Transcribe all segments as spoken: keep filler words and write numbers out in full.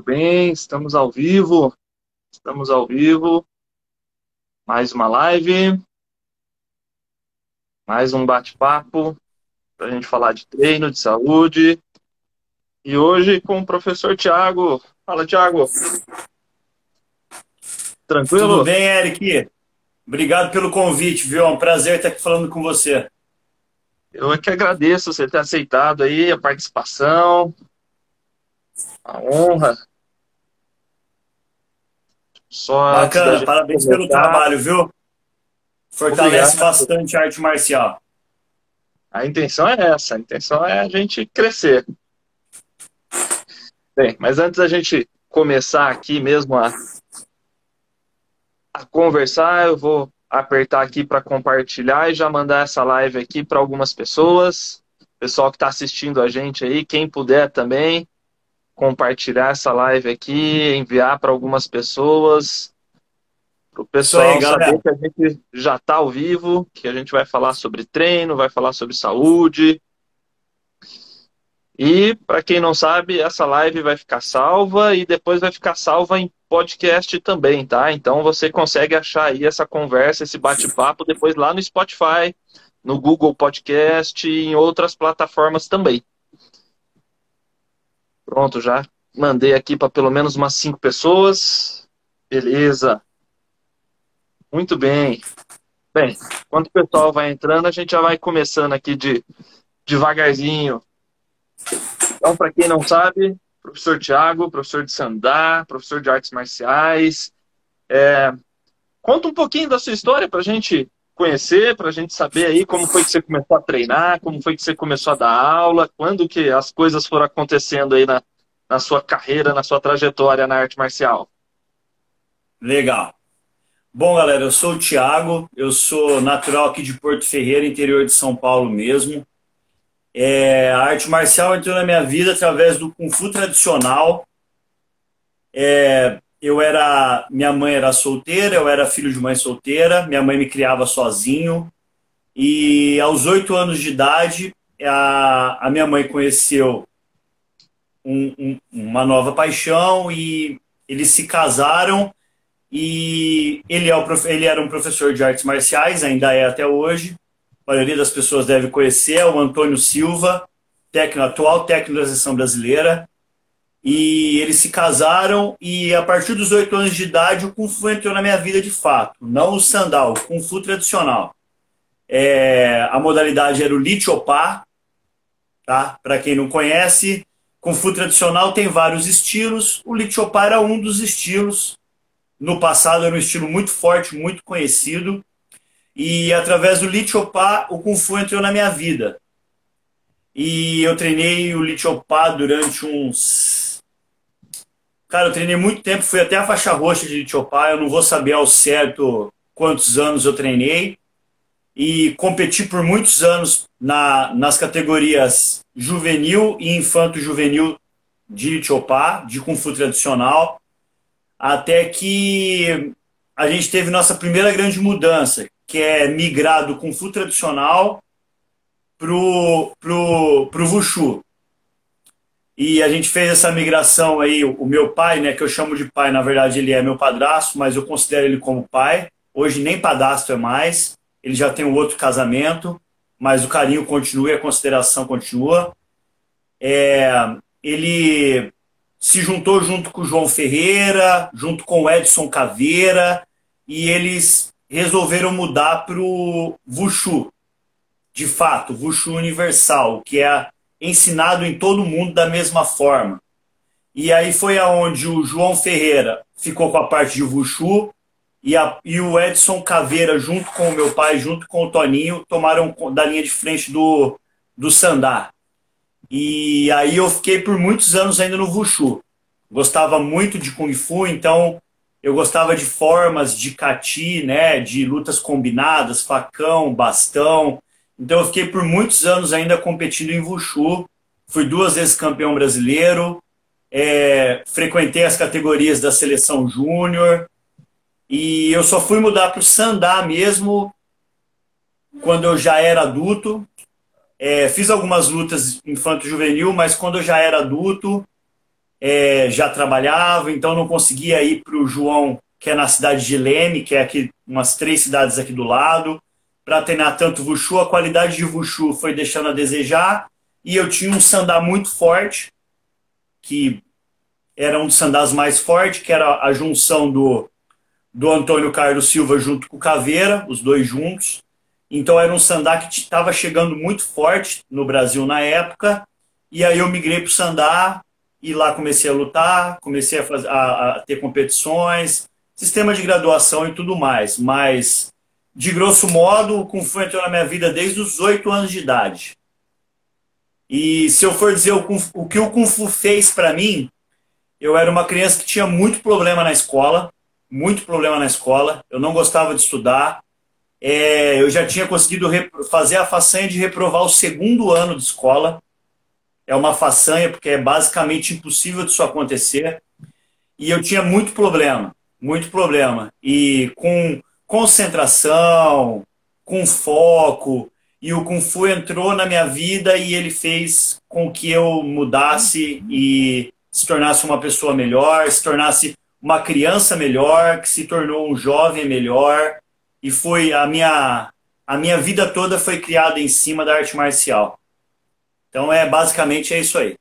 Muito bem, estamos ao vivo, estamos ao vivo, mais uma live, mais um bate-papo para a gente falar de treino, de saúde. E hoje com o professor Tiago. Fala, Tiago. Tudo Tranquilo? bem, Eric? Obrigado pelo convite, viu? É um prazer estar aqui falando com você. Eu é que agradeço você ter aceitado aí a participação, a honra. Só antes da Bacana, gente parabéns pelo começar, trabalho, viu? obrigado. Fortalece bastante a arte marcial. A intenção é essa, a intenção é a gente crescer. Bem, mas antes da gente começar aqui mesmo a a conversar, eu vou apertar aqui para compartilhar e já mandar essa live aqui para algumas pessoas. Pessoal que está assistindo a gente aí, quem puder também compartilhar essa live aqui, enviar para algumas pessoas, para o Isso aí, pessoal saber galera. que a gente já está ao vivo, que a gente vai falar sobre treino, vai falar sobre saúde. E, para quem não sabe, essa live vai ficar salva e depois vai ficar salva em podcast também, tá? Então você consegue achar aí essa conversa, esse bate-papo depois lá no Spotify, no Google Podcast e em outras plataformas também. Pronto, já mandei aqui para pelo menos umas cinco pessoas. Beleza, muito bem. Bem, enquanto o pessoal vai entrando, a gente já vai começando aqui de devagarzinho. Então, para quem não sabe, professor Tiago, professor de Sandá, professor de artes marciais. Conta um pouquinho da sua história para a gente conhecer, para a gente saber aí como foi que você começou a treinar, como foi que você começou a dar aula, quando que as coisas foram acontecendo aí na, na sua carreira, na sua trajetória na arte marcial. Legal. Bom, galera, eu sou o Thiago, eu sou natural aqui de Porto Ferreira, interior de São Paulo mesmo. É, a arte marcial entrou na minha vida através do Kung Fu tradicional. Eu era, minha mãe era solteira, eu era filho de mãe solteira, minha mãe me criava sozinho. E aos oito anos de idade, a, a minha mãe conheceu um- um- uma nova paixão e eles se casaram. E ele, é o, prof- ele era um professor de artes marciais, ainda é até hoje. A maioria das pessoas deve conhecer, é o Antônio Silva, técnico, atual técnico da seleção brasileira. E eles se casaram e a partir dos oito anos de idade o Kung Fu entrou na minha vida de fato. Não o Sandal, o Kung Fu tradicional. É, a modalidade era o Lichopá, tá? Para quem não conhece, Kung Fu tradicional tem vários estilos. O Lichopá era um dos estilos. No passado era um estilo muito forte, muito conhecido. E através do Lichopá, o Kung Fu entrou na minha vida. E eu treinei o Lichopá durante uns. Cara, eu treinei muito tempo, fui até a faixa roxa de Lichopá. Eu não vou saber ao certo quantos anos eu treinei. E competi por muitos anos na, nas categorias juvenil e infanto-juvenil de Lichopá, de Kung Fu tradicional. Até que a gente teve nossa primeira grande mudança, que é migrar do Kung Fu tradicional pro, pro, pro Wushu. E a gente fez essa migração aí, o meu pai, né, que eu chamo de pai, na verdade ele é meu padrasto, mas eu considero ele como pai. Hoje nem padrasto é mais, ele já tem um outro casamento, mas o carinho continua e a consideração continua. É, ele se juntou junto com o João Ferreira, junto com o Edson Caveira, e eles resolveram mudar para o Wushu, de fato, Wushu Universal, que é ensinado em todo mundo da mesma forma. E aí foi aonde o João Ferreira ficou com a parte de Wushu e, a, e o Edson Caveira, junto com o meu pai, junto com o Toninho, tomaram da linha de frente do, do Sandá. E aí eu fiquei por muitos anos ainda no Wushu. Gostava muito de Kung Fu, então eu gostava de formas de kati, né, de lutas combinadas, facão, bastão. Então eu fiquei por muitos anos ainda competindo em Wushu. Fui duas vezes campeão brasileiro, é, frequentei as categorias da seleção júnior e eu só fui mudar para o Sandá mesmo quando eu já era adulto. É, fiz algumas lutas infanto-juvenil, mas quando eu já era adulto, é, já trabalhava, então não conseguia ir para o João, que é na cidade de Leme, que é aqui umas três cidades aqui do lado, para treinar tanto Wushu. A qualidade de Wushu foi deixando a desejar, e eu tinha um sandá muito forte, que era um dos sandás mais fortes, que era a junção do, do Antônio Carlos Silva junto com o Caveira, os dois juntos. Então era um sandá que estava chegando muito forte no Brasil na época, e aí eu migrei para o sandá, e lá comecei a lutar, comecei a, fazer, a, a ter competições, sistema de graduação e tudo mais. Mas, de grosso modo, o Kung Fu entrou na minha vida desde os oito anos de idade. E se eu for dizer o, Kung, o que o Kung Fu fez para mim, eu era uma criança que tinha muito problema na escola, muito problema na escola, eu não gostava de estudar, é, eu já tinha conseguido fazer a façanha de reprovar o segundo ano de escola. É uma façanha, porque é basicamente impossível disso acontecer. E eu tinha muito problema, muito problema. E com concentração, com foco, e o Kung Fu entrou na minha vida e ele fez com que eu mudasse e se tornasse uma pessoa melhor, se tornasse uma criança melhor, que se tornou um jovem melhor. E foi a minha, a minha vida toda foi criada em cima da arte marcial. Então, é basicamente é isso aí.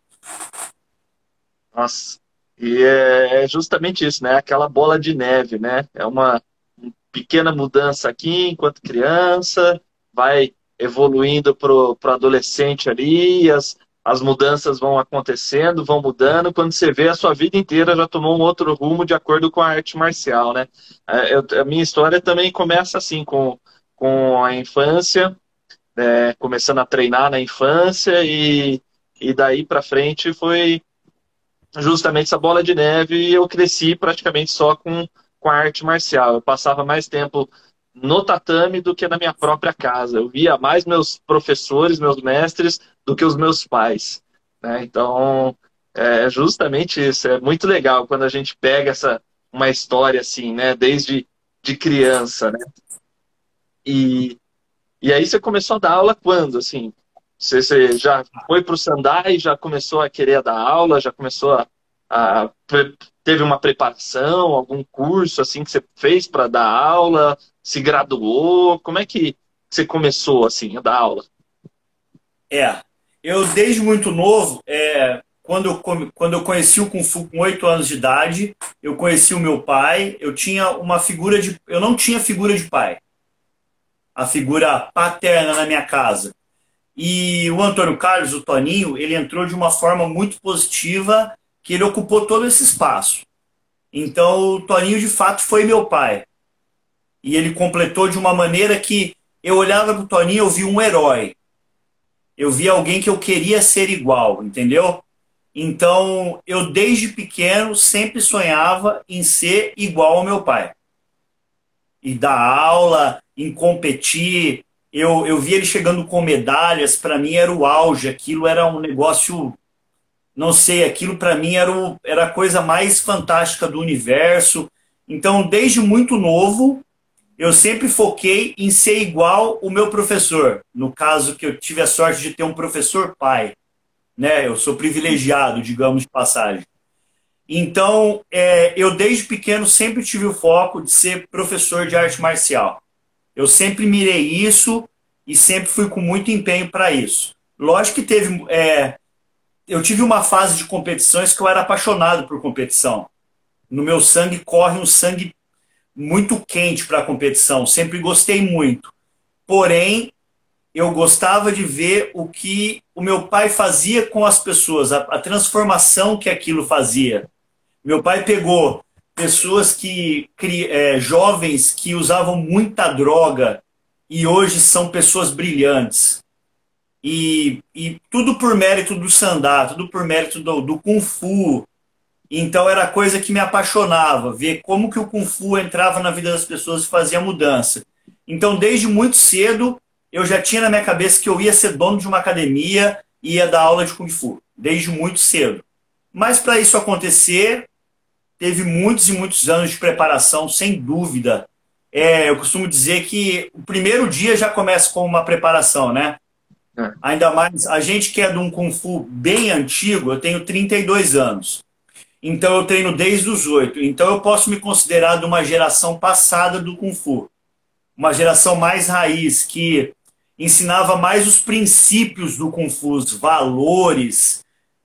Nossa, e é é justamente isso, né? Aquela bola de neve, né? É uma pequena mudança aqui enquanto criança, vai evoluindo para o adolescente ali, e as, as mudanças vão acontecendo, vão mudando. Quando você vê, a sua vida inteira já tomou um outro rumo de acordo com a arte marcial, né? É, eu- a minha história também começa assim, com, com a infância, né? Começando a treinar na infância, e, e daí para frente foi justamente essa bola de neve, e eu cresci praticamente só com, com a arte marcial. Eu passava mais tempo no tatame do que na minha própria casa. Eu via mais meus professores, meus mestres, do que os meus pais, né? Então, é justamente isso. É muito legal quando a gente pega essa uma história assim, né? Desde de criança, né? E, e aí você começou a dar aula quando, assim? Você, você já foi para o Sandai, já começou a querer dar aula, já começou a, a- pre- teve uma preparação, algum curso assim que você fez para dar aula, se graduou? Como é que você começou assim a dar aula? É, eu desde muito novo, é, quando, eu, come- quando eu conheci o Kung Fu com oito anos de idade, eu conheci o meu pai, eu tinha uma figura de... Eu não tinha figura de pai, a figura paterna na minha casa. E o Antônio Carlos, o Toninho, ele entrou de uma forma muito positiva, que ele ocupou todo esse espaço. Então, o Toninho, de fato, foi meu pai. E ele completou de uma maneira que eu olhava para o Toninho e eu via um herói. Eu via alguém que eu queria ser igual, entendeu? Então, eu desde pequeno sempre sonhava em ser igual ao meu pai. E dar aula, em competir. Eu, eu via ele chegando com medalhas, para mim era o auge, aquilo era um negócio, não sei, aquilo para mim era, o, era a coisa mais fantástica do universo. Então, desde muito novo, eu sempre foquei em ser igual o meu professor. No caso que eu tive a sorte de ter um professor pai, né? Eu sou privilegiado, digamos de passagem. Então, é, eu desde pequeno sempre tive o foco de ser professor de arte marcial. Eu sempre mirei isso e sempre fui com muito empenho para isso. Lógico que teve, é, eu tive uma fase de competições que eu era apaixonado por competição. No meu sangue corre um sangue muito quente para a competição. Sempre gostei muito. Porém, eu gostava de ver o que o meu pai fazia com as pessoas, a, a transformação que aquilo fazia. Meu pai pegou pessoas que, é, jovens que usavam muita droga e hoje são pessoas brilhantes. E, e tudo por mérito do Sandá, tudo por mérito do, do Kung Fu. Então era coisa que me apaixonava, ver como que o Kung Fu entrava na vida das pessoas e fazia mudança. Então, desde muito cedo, eu já tinha na minha cabeça que eu ia ser dono de uma academia e ia dar aula de Kung Fu, desde muito cedo. Mas para isso acontecer, teve muitos e muitos anos de preparação, sem dúvida. É, eu costumo dizer que o primeiro dia já começa com uma preparação, né? É. Ainda mais a gente que é de um Kung Fu bem antigo, eu tenho trinta e dois anos. Então eu treino desde os oito. Então eu posso me considerar de uma geração passada do Kung Fu. Uma geração mais raiz, que ensinava mais os princípios do Kung Fu, os valores,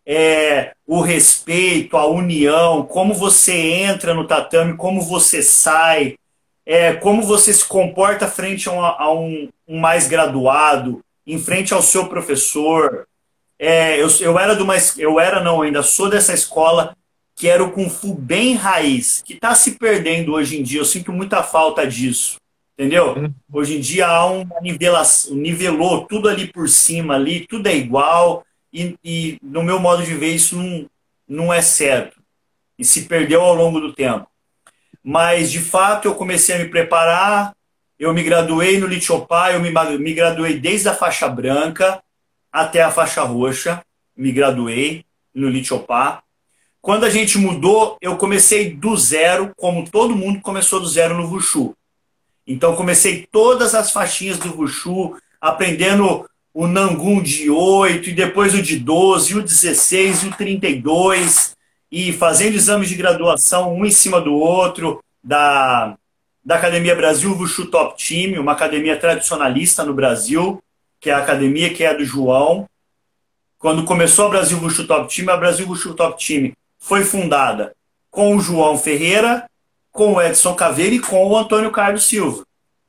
é, o respeito, a união, como você entra no tatame, como você sai, é, como você se comporta frente a, um, a um, um mais graduado, em frente ao seu professor. É, eu, eu era de uma, eu era não, ainda sou dessa escola que era o Kung Fu bem raiz, que está se perdendo hoje em dia. Eu sinto muita falta disso, entendeu? Hum. Hoje em dia há uma nivelação, nivelou tudo ali por cima, ali, tudo é igual, e, e no meu modo de ver isso não, não é certo. E se perdeu ao longo do tempo. Mas, de fato, eu comecei a me preparar, eu me graduei no Litiopá, eu me, me graduei desde a faixa branca até a faixa roxa, me graduei no Litiopá. Quando a gente mudou, eu comecei do zero, como todo mundo começou do zero no Wushu. Então comecei todas as faixinhas do Wushu, aprendendo o Nangun de oito, e depois o de doze, e o dezesseis, e o trinta e dois, e fazendo exames de graduação um em cima do outro, da, da Academia Brasil Wushu Top Team, uma academia tradicionalista no Brasil, que é a academia que é a do João. Quando começou a Brasil Wushu Top Team, a Brasil Wushu Top Team foi fundada com o João Ferreira, com o Edson Caveira e com o Antônio Carlos Silva.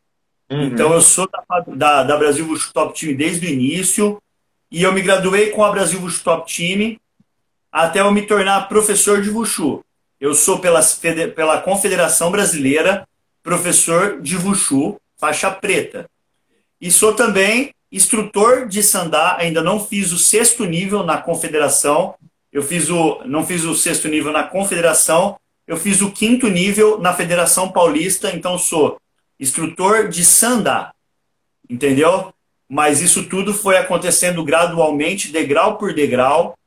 Então Uhum. eu sou da, da, da Brasil Wushu Top Team desde o início, e eu me graduei com a Brasil Wushu Top Team até eu me tornar professor de Wushu. Eu sou pela, pela Confederação Brasileira professor de Wushu, faixa preta. E sou também instrutor de Sandá, ainda não fiz o sexto nível na Confederação, eu fiz o, não fiz o sexto nível na Confederação, eu fiz o quinto nível na Federação Paulista, então sou instrutor de Sandá, entendeu? Mas isso tudo foi acontecendo gradualmente, degrau por degrau,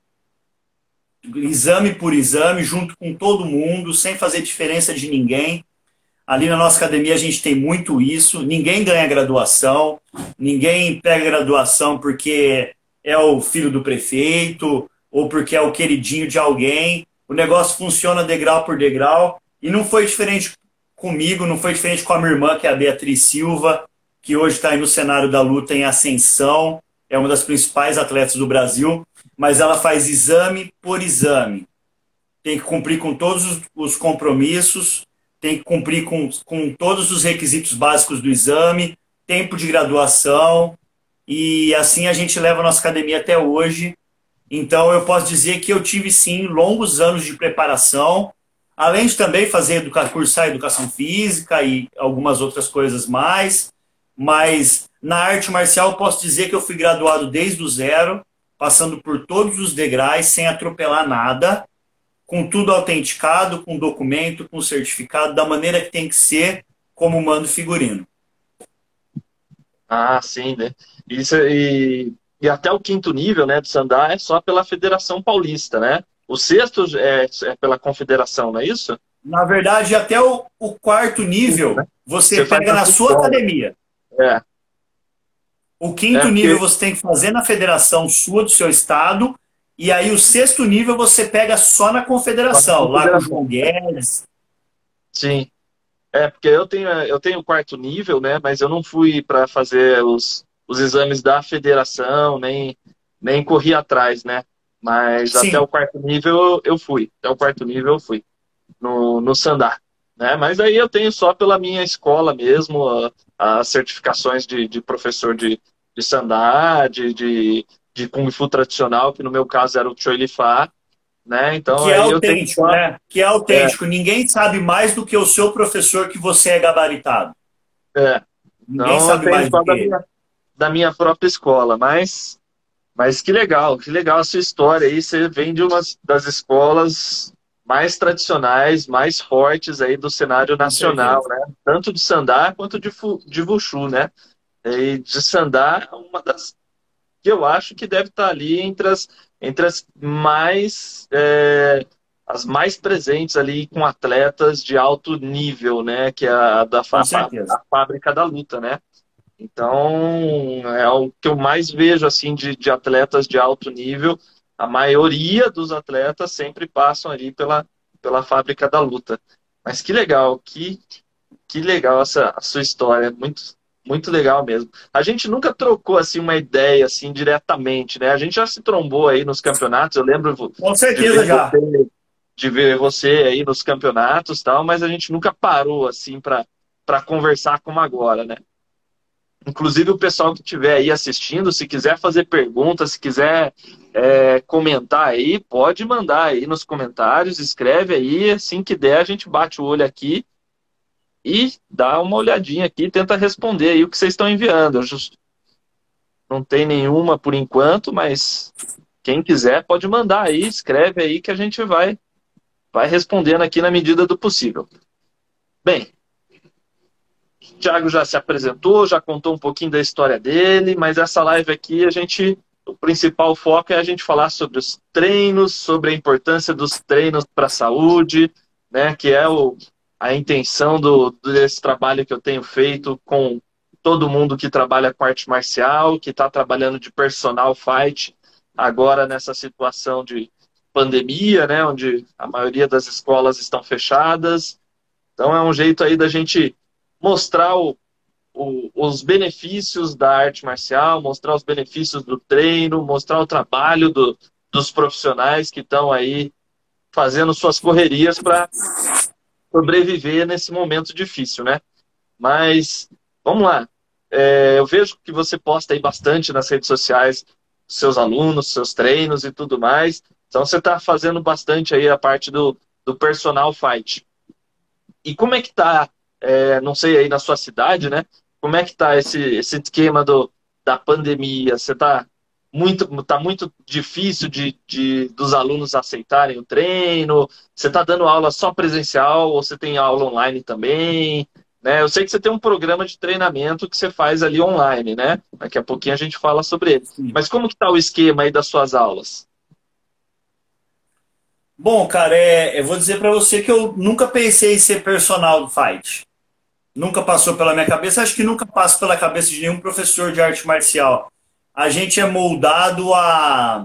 exame por exame, junto com todo mundo, sem fazer diferença de ninguém. Ali na nossa academia a gente tem muito isso, ninguém ganha graduação, ninguém pega graduação porque é o filho do prefeito ou porque é o queridinho de alguém. O negócio funciona degrau por degrau, e não foi diferente comigo, não foi diferente com a minha irmã, que é a Beatriz Silva, que hoje está aí no cenário da luta em ascensão, é uma das principais atletas do Brasil, mas ela faz exame por exame. Tem que cumprir com todos os compromissos, tem que cumprir com, com todos os requisitos básicos do exame, tempo de graduação, e assim a gente leva a nossa academia até hoje. Então eu posso dizer que eu tive sim longos anos de preparação, além de também fazer educa cursar educação física e algumas outras coisas mais, mas na arte marcial eu posso dizer que eu fui graduado desde o zero, passando por todos os degraus, sem atropelar nada, com tudo autenticado, com documento, com certificado, da maneira que tem que ser, como manda o figurino. Ah, sim, né? Isso, e, e até o quinto nível, né, do Sandá é só pela Federação Paulista, né? O sexto é, é pela Confederação, não é isso? Na verdade, até o, o quarto Quinto, né? nível você Você faz pega na na sua sua escola. academia. É, O é quinto nível porque você tem que fazer na federação sua, do seu estado, e aí o sexto nível você pega só na só na confederação, lá com o Confederação. João Guedes. Sim. É, porque eu tenho, eu tenho o quarto nível, né? Mas eu não fui para fazer os, os exames da federação, nem, nem corri atrás, né? Mas até Sim, o quarto nível eu eu fui. Até o quarto nível eu fui no, no Sandá, né? Mas aí eu tenho só pela minha escola mesmo, a- as certificações de, de professor de, de Sandá, de, de, de Kung Fu tradicional, que no meu caso era o Choi Li Fa, né? Então que é aí eu tenho autêntico, só. né? Que é É, autêntico. Ninguém sabe mais do que o seu professor que você é gabaritado. é. Ninguém Então eu sabe tenho mais do só que da ele. minha, da minha própria escola, mas, mas que legal, que legal a sua história aí. Você vem de uma das escolas mais tradicionais, mais fortes aí do cenário Com nacional, certeza. né? Tanto de Sandá quanto de, Fu- de Wushu, né? E de Sandá, uma das que eu acho que deve estar ali entre as, entre as mais é, as mais presentes ali com atletas de alto nível, né? Que é a da Com fa- certeza. a fábrica da luta, né? Então, é o que eu mais vejo assim de, de atletas de alto nível a maioria dos atletas sempre passam ali pela, pela fábrica da luta. Mas que legal, que, que legal essa a sua história, muito, muito legal mesmo. A gente nunca trocou assim uma ideia assim diretamente, né? A gente já se trombou aí nos campeonatos. Eu lembro Com de ver certeza já. você, de ver você aí nos campeonatos, tal, mas a gente nunca parou assim para para conversar como agora, né? Inclusive, o pessoal que estiver aí assistindo, se quiser fazer perguntas, se quiser é, comentar aí, pode mandar aí nos comentários, escreve aí, assim que der, a gente bate o olho aqui e dá uma olhadinha aqui, tenta responder aí o que vocês estão enviando. Eu just- não tem nenhuma por enquanto, mas quem quiser pode mandar aí, escreve aí que a gente vai, vai respondendo aqui na medida do possível. Bem, o Thiago já se apresentou, já contou um pouquinho da história dele, mas essa live aqui a gente, o principal foco é a gente falar sobre os treinos, sobre a importância dos treinos para a saúde, né, que é o, a intenção do, desse trabalho que eu tenho feito com todo mundo que trabalha com arte marcial, que está trabalhando de personal fight, agora nessa situação de pandemia, né, onde a maioria das escolas estão fechadas. Então é um jeito aí da gente mostrar o, o, os benefícios da arte marcial, mostrar os benefícios do treino, mostrar o trabalho do, dos profissionais que estão aí fazendo suas correrias para sobreviver nesse momento difícil, né? Mas vamos lá. É, eu vejo que você posta aí bastante nas redes sociais seus alunos, seus treinos e tudo mais. Então você está fazendo bastante aí a parte do, do personal fight. E como é que tá, é, não sei aí na sua cidade, né? Como é que tá esse, esse esquema do, da pandemia? Você tá muito, tá muito difícil de, de dos alunos aceitarem o treino? Você tá dando aula só presencial ou você tem aula online também? Né? Eu sei que você tem um programa de treinamento que você faz ali online, né? Daqui a pouquinho a gente fala sobre ele. Mas como que tá o esquema aí das suas aulas? Bom, cara, é, eu vou dizer pra você que eu nunca pensei em ser personal do fight. Nunca passou pela minha cabeça, acho que nunca passa pela cabeça de nenhum professor de arte marcial. A gente é moldado a,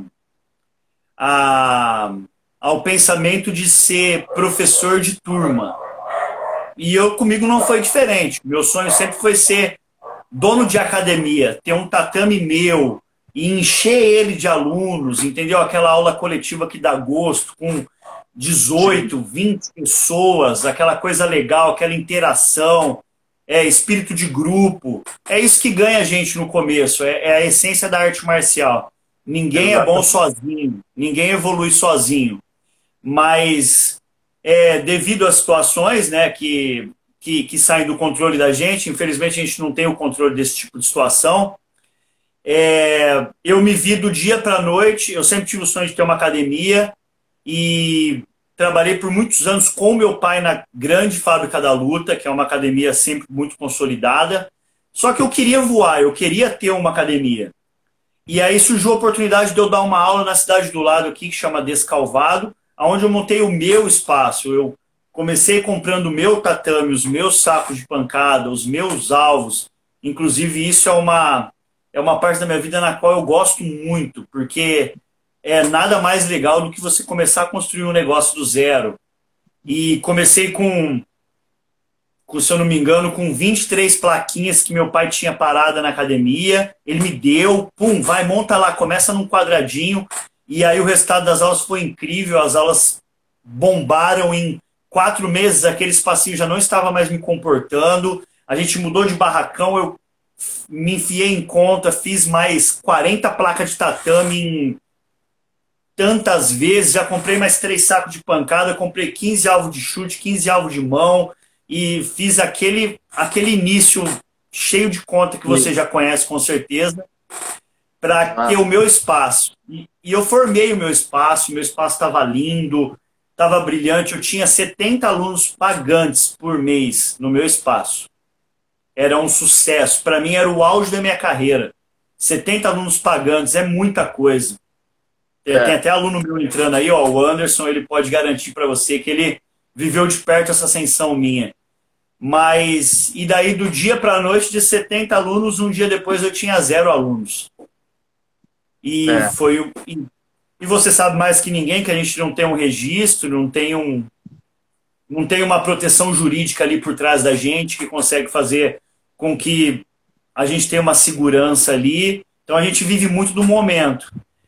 a, ao pensamento de ser professor de turma. E eu comigo não foi diferente. Meu sonho sempre foi ser dono de academia, ter um tatame meu e encher ele de alunos, entendeu? Aquela aula coletiva que dá gosto, com Sim, dezoito, vinte pessoas, aquela coisa legal, aquela interação, é espírito de grupo. É isso que ganha a gente no começo, é, é a essência da arte marcial. Ninguém é bom exatamente. sozinho, ninguém evolui sozinho, mas é, devido às situações, né, que, que, que saem do controle da gente, infelizmente a gente não tem o controle desse tipo de situação. É, eu me vi do dia para a noite, eu sempre tive o sonho de ter uma academia e trabalhei por muitos anos com meu pai na grande fábrica da luta, que é uma academia sempre muito consolidada. Só que eu queria voar, eu queria ter uma academia. E aí surgiu a oportunidade de eu dar uma aula na cidade do lado aqui, que chama Descalvado, onde eu montei o meu espaço. Eu comecei comprando o meu tatame, os meus sacos de pancada, os meus alvos. Inclusive, isso é uma, é uma parte da minha vida na qual eu gosto muito, porque é nada mais legal do que você começar a construir um negócio do zero. E comecei com, com, se eu não me engano, com vinte e três plaquinhas que meu pai tinha parada na academia. Ele me deu, pum, vai, monta lá, começa num quadradinho. E aí o resultado das aulas foi incrível, as aulas bombaram em quatro meses, aquele espacinho já não estava mais me comportando. A gente mudou de barracão, eu me enfiei em conta, fiz mais quarenta placas de tatame em tantas vezes, já comprei mais três sacos de pancada, comprei quinze alvos de chute, quinze alvos de mão e fiz aquele, aquele início cheio de conta que você Sim. já conhece com certeza, para ter Ah, o meu espaço. E, e eu formei o meu espaço, meu espaço estava lindo, estava brilhante, eu tinha setenta alunos pagantes por mês no meu espaço. Era um sucesso, para mim era o auge da minha carreira. setenta alunos pagantes é muita coisa. Tem é. até aluno meu entrando aí, ó, o Anderson, ele pode garantir para você que ele viveu de perto essa ascensão minha. Mas, e daí do dia para a noite, de setenta alunos, um dia depois eu tinha zero alunos. E É. foi, E você sabe mais que ninguém que a gente não tem um registro, não tem um, não tem uma proteção jurídica ali por trás da gente que consegue fazer com que a gente tenha uma segurança ali. Então a gente vive muito do momento.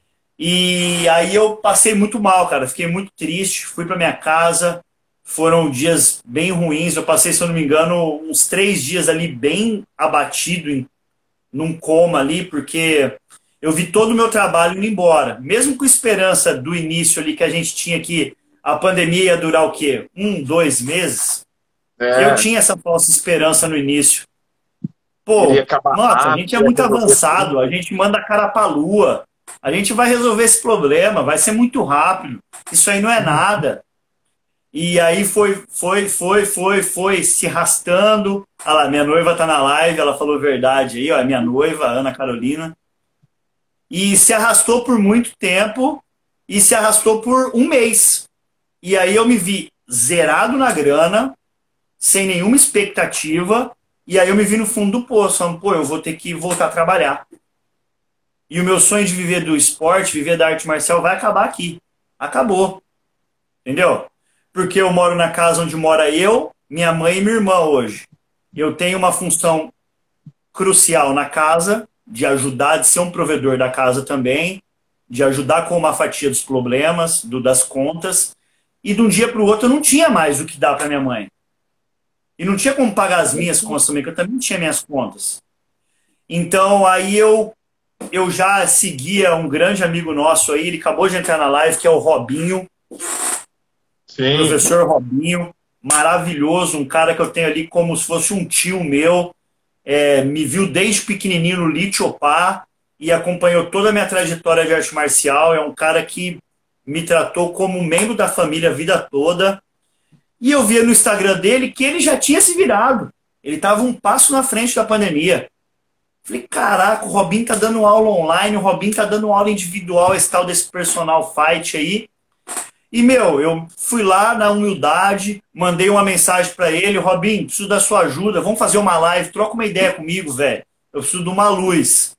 E aí eu passei muito mal, cara. Fiquei muito triste. Fui para minha casa. Foram dias bem ruins. Eu passei, se eu não me engano, uns três dias ali bem abatido, em, num coma ali, porque eu vi todo o meu trabalho indo embora. Mesmo com esperança do início ali que a gente tinha que a pandemia ia durar o quê? Um, dois meses? Eu É, tinha essa falsa esperança no início. iria Pô, acabar nossa, a rápido, gente é ia muito resolver avançado, tudo. a gente manda a cara pra lua, a gente vai resolver esse problema, vai ser muito rápido, isso aí não é nada. E aí foi, foi, foi, foi, foi se arrastando. Olha lá, minha noiva tá na live, ela falou verdade aí, ó, é minha noiva, Ana Carolina. E se arrastou por muito tempo e se arrastou por um mês. E aí eu me vi zerado na grana, sem nenhuma expectativa, e aí eu me vi no fundo do poço, falando, pô, eu vou ter que voltar a trabalhar. E o meu sonho de viver do esporte, viver da arte marcial, vai acabar aqui. Acabou. Entendeu? Porque eu moro na casa onde mora eu, minha mãe e minha irmã hoje. Eu tenho uma função crucial na casa, de ajudar, de ser um provedor da casa também, de ajudar com uma fatia dos problemas, do, das contas. E de um dia para o outro eu não tinha mais o que dar para minha mãe. E não tinha como pagar as minhas contas também, que eu também tinha minhas contas. Então aí eu, eu já seguia um grande amigo nosso aí, ele acabou de entrar na live, que é o Robinho, Sim. professor Robinho, maravilhoso, um cara que eu tenho ali como se fosse um tio meu, é, me viu desde pequenininho no Litiopá e acompanhou toda a minha trajetória de arte marcial, é um cara que me tratou como membro da família a vida toda. E eu via no Instagram dele que ele já tinha se virado. Ele estava um passo na frente da pandemia. Falei, caraca, o Robinho tá dando aula online, o Robinho tá dando aula individual, esse tal desse personal fight aí. E, meu, eu fui lá na humildade, mandei uma mensagem para ele, Robinho, preciso da sua ajuda, vamos fazer uma live, troca uma ideia comigo, velho. Eu preciso de uma luz.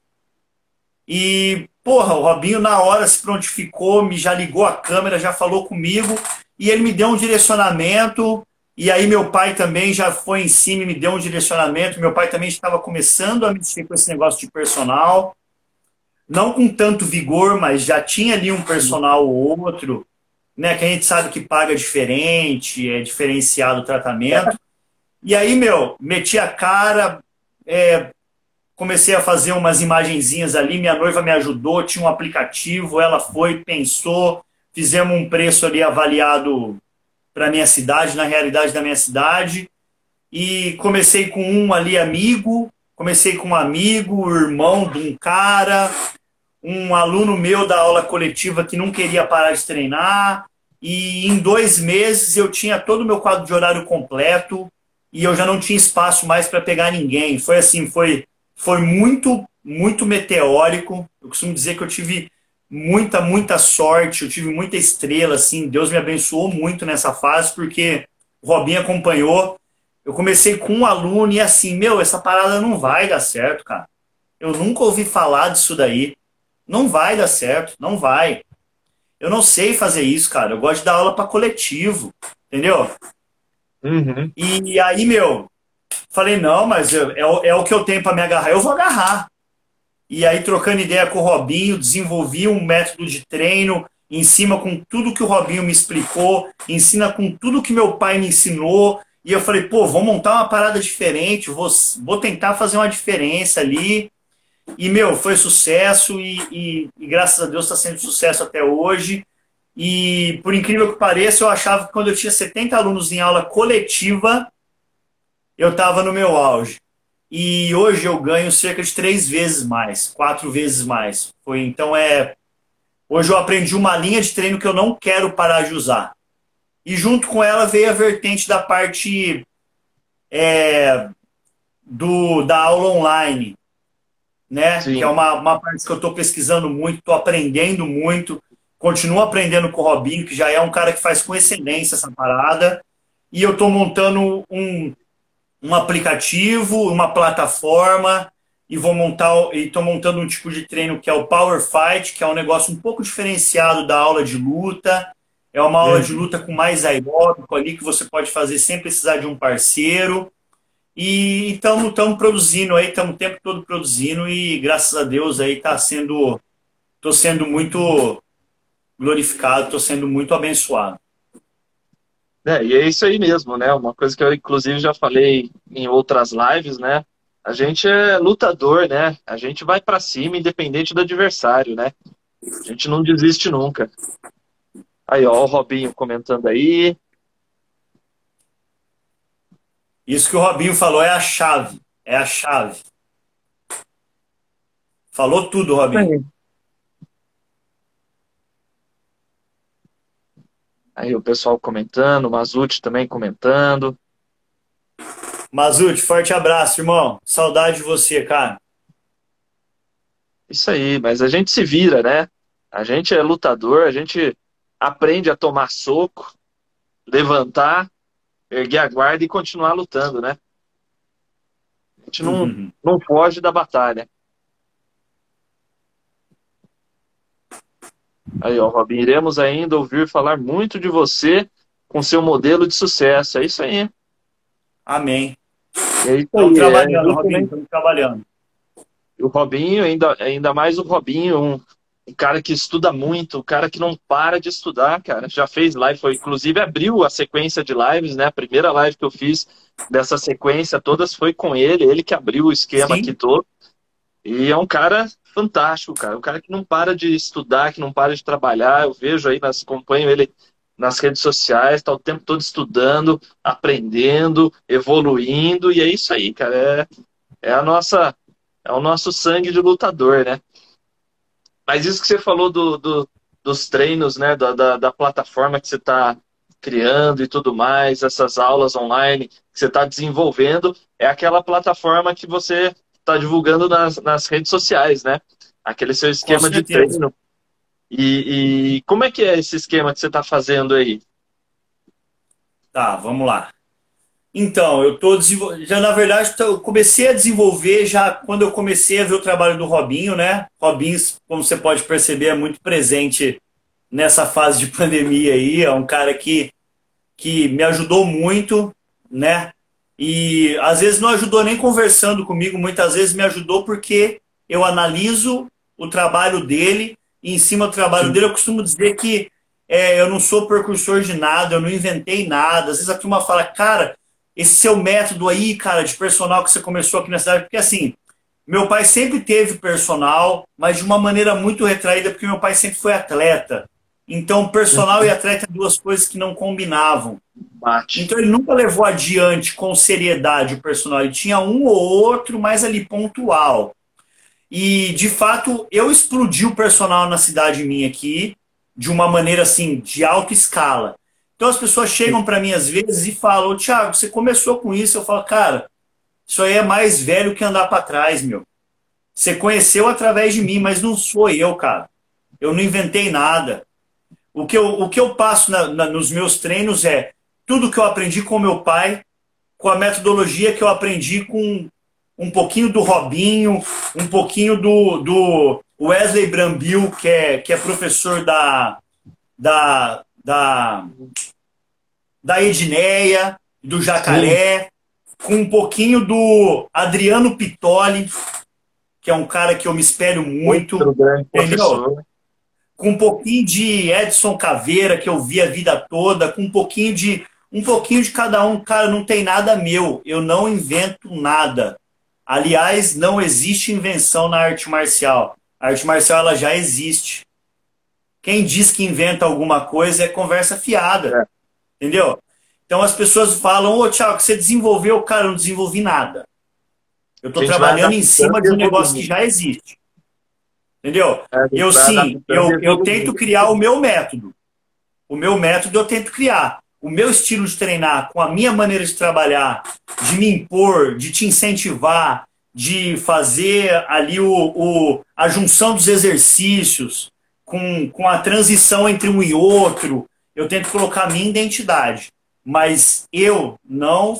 E, porra, o Robinho na hora se prontificou, me já ligou a câmera, já falou comigo, e ele me deu um direcionamento, e aí meu pai também já foi em cima e me deu um direcionamento, meu pai também estava começando a mexer com esse negócio de personal, não com tanto vigor, mas já tinha ali um personal ou outro, né, que a gente sabe que paga diferente, é diferenciado o tratamento. E aí, meu, meti a cara, é, comecei a fazer umas imagenzinhas ali, minha noiva me ajudou, tinha um aplicativo, ela foi, pensou, fizemos um preço ali avaliado para minha cidade, na realidade da minha cidade, e comecei com um ali amigo, comecei com um amigo, irmão de um cara, um aluno meu da aula coletiva que não queria parar de treinar, e em dois meses eu tinha todo o meu quadro de horário completo e eu já não tinha espaço mais para pegar ninguém. Foi assim, foi, foi muito, muito meteórico. Eu costumo dizer que eu tive muita, muita sorte, eu tive muita estrela, assim, Deus me abençoou muito nessa fase, porque o Robinho acompanhou. Eu comecei com um aluno e assim, meu, essa parada não vai dar certo, cara. Eu nunca ouvi falar disso daí. Não vai dar certo, não vai. Eu não sei fazer isso, cara. Eu gosto de dar aula para coletivo, entendeu? Uhum. E aí, meu, falei, não, mas eu- é, o- é o que eu tenho para me agarrar, eu vou agarrar. E aí, trocando ideia com o Robinho, desenvolvi um método de treino em cima com tudo que o Robinho me explicou, ensina com tudo que meu pai me ensinou. E eu falei, pô, vou montar uma parada diferente, vou, vou tentar fazer uma diferença ali. E, meu, foi sucesso e, e, e graças a Deus está sendo sucesso até hoje. E, por incrível que pareça, eu achava que quando eu tinha setenta alunos em aula coletiva, eu estava no meu auge. E hoje eu ganho cerca de três vezes mais, quatro vezes mais. Foi, então, é. Hoje eu aprendi uma linha de treino que eu não quero parar de usar. E junto com ela veio a vertente da parte é, do, da aula online, né? Que é Sim. uma, uma parte que eu estou pesquisando muito, estou aprendendo muito, continuo aprendendo com o Robinho, que já é um cara que faz com excelência essa parada, e eu estou montando um, um aplicativo, uma plataforma, e vou montar e estou montando um tipo de treino que é o Power Fight, que é um negócio um pouco diferenciado da aula de luta. É uma aula de Uhum. luta com mais aeróbico ali que você pode fazer sem precisar de um parceiro. E estamos produzindo aí, estamos o tempo todo produzindo e graças a Deus aí está sendo, estou sendo muito glorificado, estou sendo muito abençoado. É, e é isso aí mesmo, né? Uma coisa que eu, inclusive, já falei em outras lives, né? A gente é lutador, né? A gente vai pra cima, independente do adversário, né? A gente não desiste nunca. Aí, ó, o Robinho comentando aí. Isso que o Robinho falou é a chave, é a chave. Falou tudo, Robinho. Aí, aí o pessoal comentando, o Mazuti também comentando. Mazute, forte abraço, irmão. Saudade de você, cara. Isso aí, mas a gente se vira, né? A gente é lutador, a gente aprende a tomar soco, levantar, erguer a guarda e continuar lutando, né? A gente não, não foge da batalha. Aí, ó, Robin, iremos ainda ouvir falar muito de você com seu modelo de sucesso. É isso aí. Amém. É isso Estamos aí, é trabalhando, Robinho, justamente. estamos trabalhando. E o Robinho, ainda, ainda mais o Robinho, um, um cara que estuda muito, um cara que não para de estudar, cara. Já fez live, foi, inclusive abriu a sequência de lives, né? A primeira live que eu fiz dessa sequência, todas foi com ele, ele que abriu o esquema aqui Sim, todo. E é um cara fantástico, cara. Um cara que não para de estudar, que não para de trabalhar. Eu vejo aí, nas, acompanho ele nas redes sociais, tá o tempo todo estudando, aprendendo, evoluindo, e é isso aí, cara. É, é a nossa, é o nosso sangue de lutador, né? Mas isso que você falou do, do- dos treinos, né? Da, da, da plataforma que você está criando e tudo mais, essas aulas online que você está desenvolvendo, é aquela plataforma que você está divulgando nas, nas redes sociais, né? Aquele seu com esquema de certeza. treino. E, e como é que é esse esquema que você está fazendo aí? Tá, vamos lá. Então, eu tô desenvol... já na verdade tô- eu comecei a desenvolver já quando eu comecei a ver o trabalho do Robinho, né? Robinho, como você pode perceber, é muito presente nessa fase de pandemia aí, é um cara que que me ajudou muito, né? E às vezes não ajudou nem conversando comigo, muitas vezes me ajudou porque eu analiso o trabalho dele e em cima do trabalho Sim. dele eu costumo dizer que é, eu não sou precursor de nada, eu não inventei nada. Às vezes a turma fala, cara, esse seu método aí, cara, de personal que você começou aqui na cidade, porque assim, meu pai sempre teve personal, mas de uma maneira muito retraída, porque meu pai sempre foi atleta. Então, personal e atleta são duas coisas que não combinavam. Mate. Então, ele nunca levou adiante com seriedade o personal. Ele tinha um ou outro, mas ali pontual. E, de fato, eu explodi o personal na cidade minha aqui, de uma maneira assim, de alta escala. Então, as pessoas chegam para mim às vezes e falam: Ô, Thiago, você começou com isso? Eu falo, cara, isso aí é mais velho que andar para trás, meu. Você conheceu através de mim, mas não sou eu, cara. Eu não inventei nada. O que eu, o que eu passo na, na, nos meus treinos é tudo que eu aprendi com meu pai, com a metodologia que eu aprendi com um pouquinho do Robinho, um pouquinho do, do Wesley Brambil, que é, que é professor da, da, da, da Edneia, do Sim, Jacaré, com um pouquinho do Adriano Pitoli, que é um cara que eu me espelho muito, outro grande entendeu? professor. Com um pouquinho de Edson Caveira, que eu vi a vida toda, com um pouquinho de um pouquinho de cada um. Cara, não tem nada meu, eu não invento nada. Aliás, não existe invenção na arte marcial. A arte marcial ela já existe. Quem diz que inventa alguma coisa é conversa fiada, É. entendeu? Então as pessoas falam: ô Thiago, você desenvolveu? Cara, eu não desenvolvi nada. Eu A estou gente vai trabalhando em adaptando cima e de um negócio que evoluindo. já existe. Entendeu? É, a E gente eu vai sim, adaptando e eu, eu tento evoluindo. criar o meu método. O meu método eu tento criar. O meu estilo de treinar, com a minha maneira de trabalhar, de me impor, de te incentivar, de fazer ali o, o, a junção dos exercícios, com, com a transição entre um e outro, eu tento colocar a minha identidade. Mas eu não,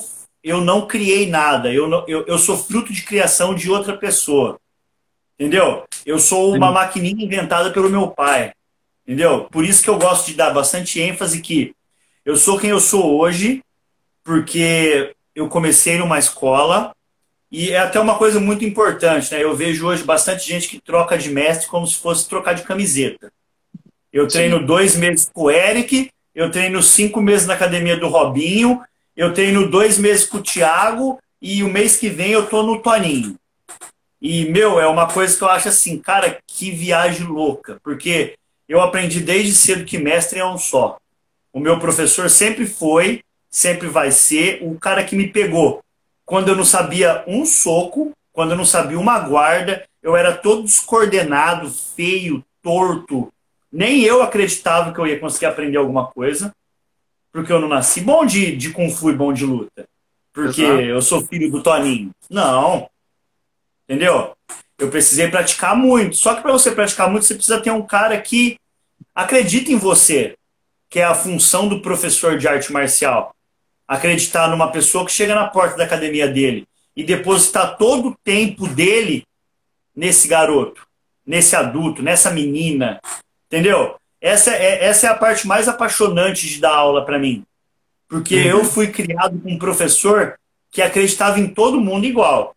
eu não criei nada. Eu, não, eu, eu sou fruto de criação de outra pessoa. Entendeu? Eu sou uma Sim. maquininha inventada pelo meu pai. Entendeu? Por isso que eu gosto de dar bastante ênfase que eu sou quem eu sou hoje, porque eu comecei numa escola, e é até uma coisa muito importante, né? Eu vejo hoje bastante gente que troca de mestre como se fosse trocar de camiseta. Eu Sim. treino dois meses com o Eric, eu treino cinco meses na academia do Robinho, eu treino dois meses com o Thiago, e o mês que vem eu tô no Toninho. E, meu, é uma coisa que eu acho assim, cara, que viagem louca, porque eu aprendi desde cedo que mestre é um só. O meu professor sempre foi, sempre vai ser o cara que me pegou. Quando eu não sabia um soco, quando eu não sabia uma guarda, eu era todo descoordenado, feio, torto. Nem eu acreditava que eu ia conseguir aprender alguma coisa, porque eu não nasci bom de, de Kung Fu e bom de luta. Porque Exato. eu sou filho do Toninho. Não, entendeu? Eu precisei praticar muito. Só que para você praticar muito, você precisa ter um cara que acredita em você, que é a função do professor de arte marcial. Acreditar numa pessoa que chega na porta da academia dele e depositar todo o tempo dele nesse garoto, nesse adulto, nessa menina, entendeu? Essa é, essa é a parte mais apaixonante de dar aula para mim, porque eu Uhum. fui criado com um professor que acreditava em todo mundo igual.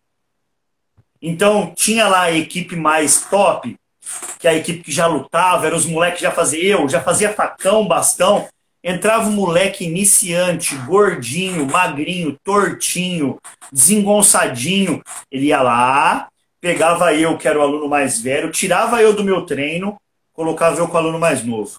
Então tinha lá a equipe mais top, que é a equipe que já lutava, eram os moleques que já faziam, eu já fazia facão, bastão. Entrava um moleque iniciante, gordinho, magrinho, tortinho, desengonçadinho. Ele ia lá, pegava eu, que era o aluno mais velho, tirava eu do meu treino, colocava eu com o aluno mais novo.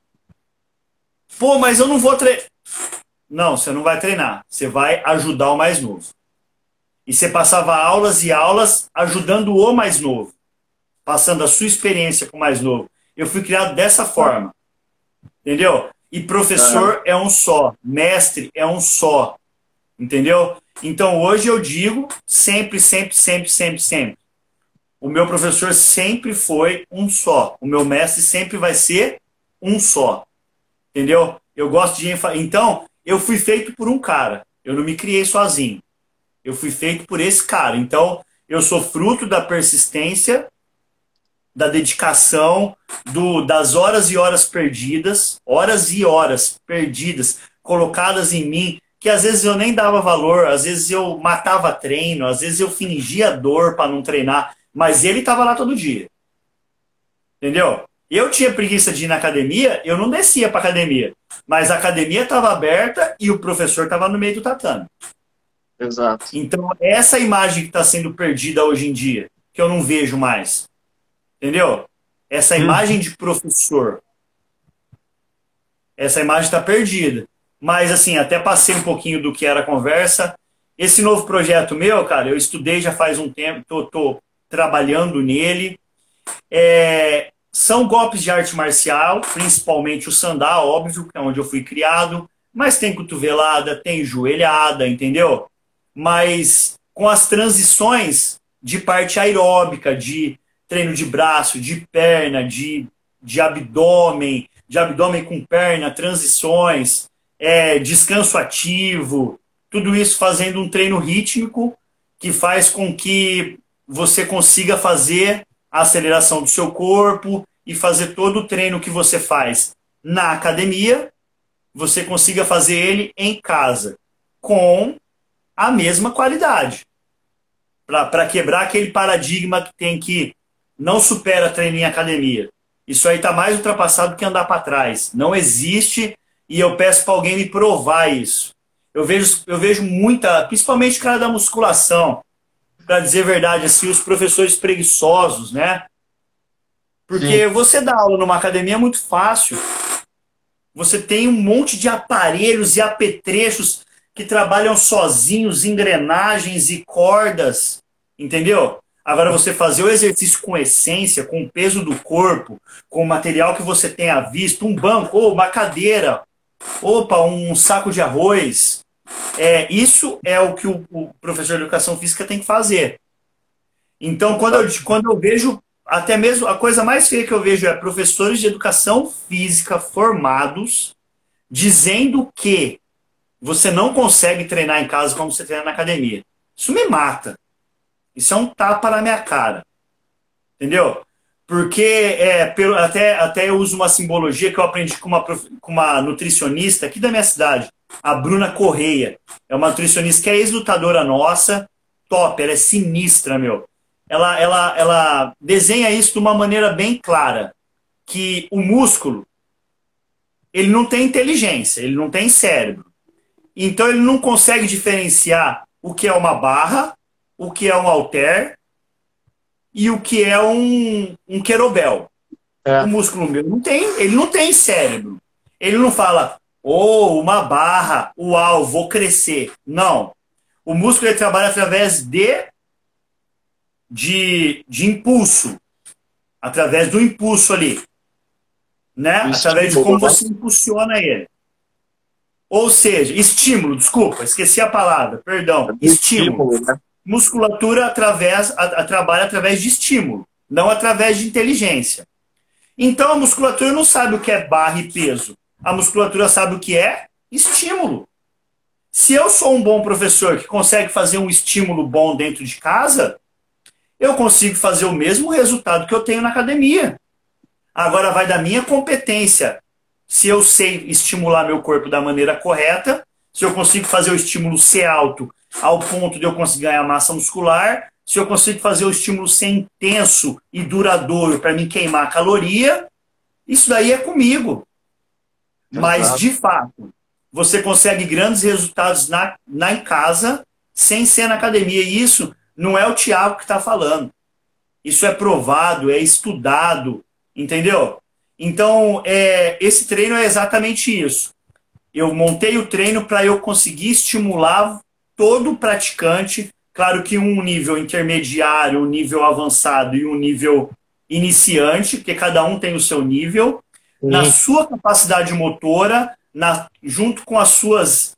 Pô, mas eu não vou treinar. Não, você não vai treinar. Você vai ajudar o mais novo. E você passava aulas e aulas ajudando o mais novo, passando a sua experiência com o mais novo. Eu fui criado dessa forma, entendeu? E Aham. professor é um só, mestre é um só, entendeu? Então hoje eu digo sempre, sempre, sempre, sempre, sempre. O meu professor sempre foi um só. O meu mestre sempre vai ser um só, entendeu? Eu gosto de enfatizar. Então, eu fui feito por um cara. Eu não me criei sozinho. Eu fui feito por esse cara. Então, eu sou fruto da persistência, da dedicação, do, das horas e horas perdidas, horas e horas perdidas, colocadas em mim, que às vezes eu nem dava valor, às vezes eu matava treino, às vezes eu fingia dor para não treinar, mas ele estava lá todo dia, entendeu? Eu tinha preguiça de ir na academia, eu não descia para academia, mas a academia estava aberta e o professor estava no meio do tatame. Exato. Então, essa imagem que está sendo perdida hoje em dia, que eu não vejo mais, entendeu? Essa imagem Uhum. de professor, essa imagem está perdida. Mas, assim, até passei um pouquinho do que era a conversa. Esse novo projeto meu, cara, eu estudei já faz um tempo, tô, tô trabalhando nele. É, são golpes de arte marcial, principalmente o sandá, óbvio, que é onde eu fui criado. Mas tem cotovelada, tem joelhada, entendeu? Mas com as transições de parte aeróbica, de treino de braço, de perna, de, de abdômen, de abdômen com perna, transições, é, descanso ativo, tudo isso fazendo um treino rítmico que faz com que você consiga fazer a aceleração do seu corpo e fazer todo o treino que você faz na academia, você consiga fazer ele em casa, com a mesma qualidade. Para quebrar aquele paradigma que tem que não supera treino em academia. Isso aí está mais ultrapassado que andar para trás. Não existe e eu peço para alguém me provar isso. Eu vejo, eu vejo muita, principalmente o cara da musculação, para dizer a verdade, assim, os professores preguiçosos, né? Sim. Porque você dá aula numa academia é muito fácil. Você tem um monte de aparelhos e apetrechos que trabalham sozinhos, engrenagens e cordas, entendeu? Agora você fazer o exercício com essência, com o peso do corpo, com o material que você tenha visto, um banco, ou uma cadeira, opa, um saco de arroz. É, isso é o que o, o professor de educação física tem que fazer. Então, quando eu, quando eu vejo, até mesmo a coisa mais feia que eu vejo é professores de educação física formados dizendo que você não consegue treinar em casa como você treina na academia. Isso me mata. Isso é um tapa na minha cara. Entendeu? Porque é, pelo, até, até eu uso uma simbologia que eu aprendi com uma, com uma nutricionista aqui da minha cidade, a Bruna Correia. É uma nutricionista que é ex-lutadora nossa, top, ela é sinistra, meu. Ela, ela, ela desenha isso de uma maneira bem clara, que o músculo, ele não tem inteligência, ele não tem cérebro. Então ele não consegue diferenciar o que é uma barra, o que é um halter e o que é um, um querobel. O É, músculo meu não tem, ele não tem cérebro. Ele não fala, oh, uma barra, uau, vou crescer. Não. O músculo ele trabalha através de, de, de impulso. Através do impulso ali. Né? o Através de estímulo, como né? você impulsiona ele. Ou seja, estímulo, desculpa, esqueci a palavra, perdão. O Estímulo. estímulo, né? Musculatura através, a, a, trabalha através de estímulo, não através de inteligência. Então a musculatura não sabe o que é barra e peso. A musculatura sabe o que é estímulo. Se eu sou um bom professor que consegue fazer um estímulo bom dentro de casa, eu consigo fazer o mesmo resultado que eu tenho na academia. Agora vai da minha competência. Se eu sei estimular meu corpo da maneira correta, se eu consigo fazer o estímulo ser alto ao ponto de eu conseguir ganhar massa muscular, se eu consigo fazer o estímulo ser intenso e duradouro para me queimar caloria, isso daí é comigo. Mas, Exato. de fato, você consegue grandes resultados na, na em casa sem ser na academia. E isso não é o Thiago que está falando. Isso é provado, é estudado, entendeu? Então, é, esse treino é exatamente isso. Eu montei o treino para eu conseguir estimular todo o praticante. Claro que um nível intermediário, um nível avançado e um nível iniciante, porque cada um tem o seu nível, na Sim, sua capacidade motora, na, junto com as suas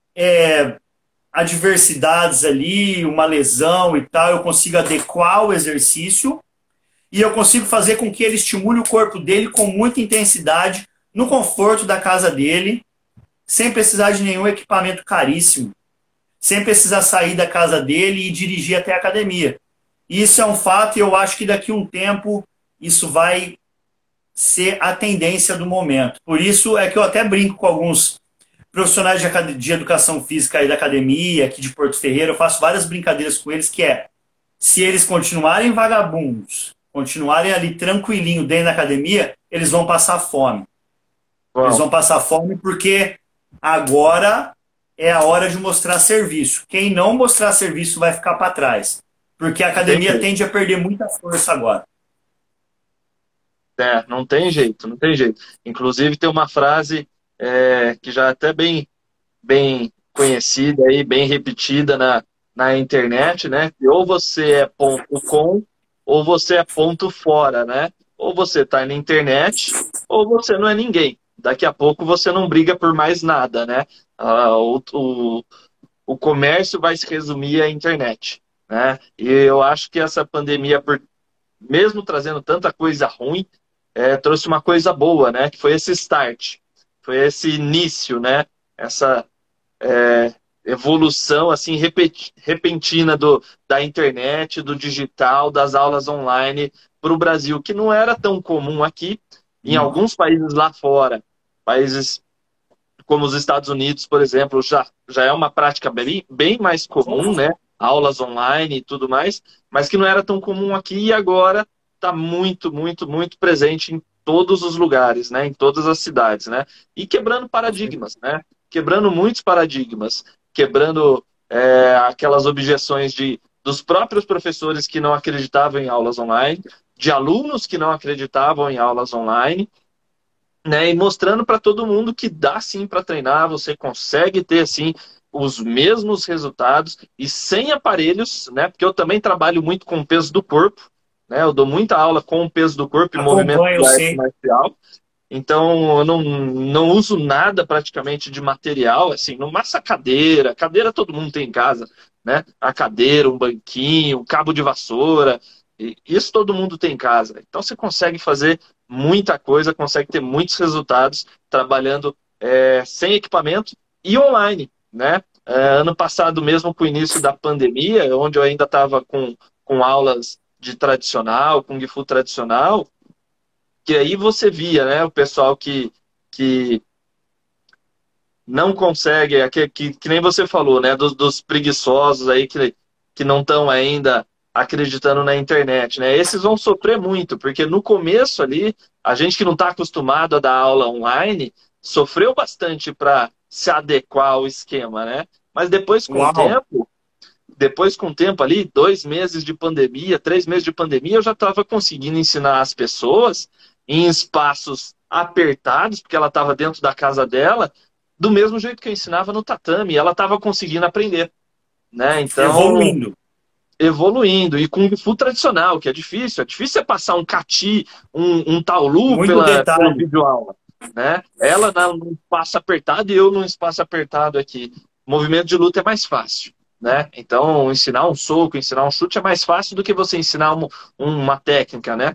é, adversidades ali, uma lesão e tal, eu consigo adequar o exercício e eu consigo fazer com que ele estimule o corpo dele com muita intensidade, no conforto da casa dele, sem precisar de nenhum equipamento caríssimo, sem precisar sair da casa dele e dirigir até a academia. Isso é um fato e eu acho que daqui a um tempo isso vai ser a tendência do momento. Por isso é que eu até brinco com alguns profissionais de, de educação física aí da academia, aqui de Porto Ferreira, eu faço várias brincadeiras com eles, que é, se eles continuarem vagabundos, continuarem ali tranquilinho dentro da academia, eles vão passar fome. Eles bom, vão passar fome porque agora é a hora de mostrar serviço. Quem não mostrar serviço vai ficar para trás. Porque a não tem academia jeito. tende a perder muita força agora. É, não tem jeito, não tem jeito. Inclusive tem uma frase é, que já é até bem, bem conhecida aí, bem repetida na, na internet, né? Que ou você é ponto com, ou você é ponto fora, né? Ou você tá na internet, ou você não é ninguém. Daqui a pouco você não briga por mais nada, né? Ah, o, o, o comércio vai se resumir à internet, né? E eu acho que essa pandemia, por, mesmo trazendo tanta coisa ruim, é, trouxe uma coisa boa, né? Que foi esse start, foi esse início, né? Essa é, evolução assim repeti- repentina do, da internet, do digital, das aulas online para o Brasil, que não era tão comum aqui, em alguns países lá fora, países como os Estados Unidos, por exemplo, já, já é uma prática bem, bem mais comum, né? Aulas online e tudo mais, mas que não era tão comum aqui e agora está muito, muito, muito presente em todos os lugares, né? Em todas as cidades, né? E quebrando paradigmas, né? Quebrando muitos paradigmas, quebrando é, aquelas objeções de, dos próprios professores que não acreditavam em aulas online, de alunos que não acreditavam em aulas online, né? E mostrando para todo mundo que dá sim para treinar, você consegue ter assim os mesmos resultados e sem aparelhos, né? Porque eu também trabalho muito com o peso do corpo, né? Eu dou muita aula com o peso do corpo e movimento Acompanha, eu de arte sei. marcial. Então, eu não, não uso nada praticamente de material, assim, no massa cadeira, cadeira todo mundo tem em casa, né? A cadeira, um banquinho, um cabo de vassoura, e isso todo mundo tem em casa. Então, você consegue fazer muita coisa, consegue ter muitos resultados trabalhando é, sem equipamento e online, né? É, ano passado mesmo, com o início da pandemia, onde eu ainda estava com, com aulas de tradicional, Kung Fu tradicional, que aí você via, né, o pessoal que, que não consegue, é que, que, que nem você falou, né, dos, dos preguiçosos aí que, que não estão ainda acreditando na internet, né? Esses vão sofrer muito, porque no começo ali, a gente que não está acostumado a dar aula online, sofreu bastante para se adequar ao esquema, né? Mas depois, com o Uau! tempo, depois com o tempo ali, dois meses de pandemia, três meses de pandemia, eu já estava conseguindo ensinar as pessoas em espaços apertados, porque ela estava dentro da casa dela, do mesmo jeito que eu ensinava no tatame, e ela estava conseguindo aprender, né? Então, Evoluindo. evoluindo, e com o Fu tradicional, que é difícil, é difícil você passar um kati, um, um taolu Muito pela, pela detalhe. videoaula, né? Ela na- num espaço apertado e eu num espaço apertado aqui. O movimento de luta é mais fácil, né? Então, ensinar um soco, ensinar um chute é mais fácil do que você ensinar um- uma técnica, né?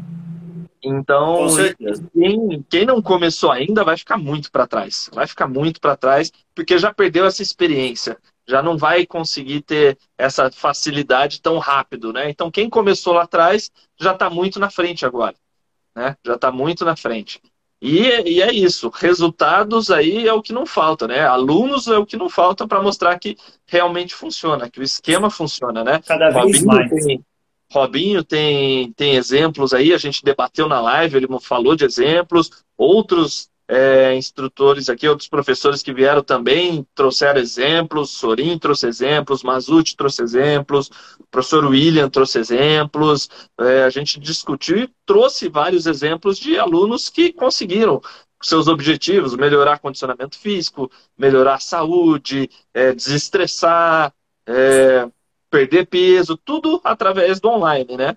Com Então, e certeza. quem, quem não começou ainda vai ficar muito para trás. Vai ficar muito para trás, porque já perdeu essa experiência. Já não vai conseguir ter essa facilidade tão rápido, né? Então, quem começou lá atrás já está muito na frente agora, né? Já está muito na frente. E, e é isso. Resultados aí é o que não falta, né? Alunos é o que não falta para mostrar que realmente funciona, que o esquema funciona, né? Cada vez Robinho mais. tem Robinho tem, tem exemplos aí, a gente debateu na live, ele falou de exemplos, outros é, instrutores aqui, outros professores que vieram também trouxeram exemplos, Sorin trouxe exemplos, Mazuti trouxe exemplos, o professor William trouxe exemplos, é, a gente discutiu e trouxe vários exemplos de alunos que conseguiram seus objetivos, melhorar condicionamento físico, melhorar a saúde, é, desestressar, é, perder peso, tudo através do online, né?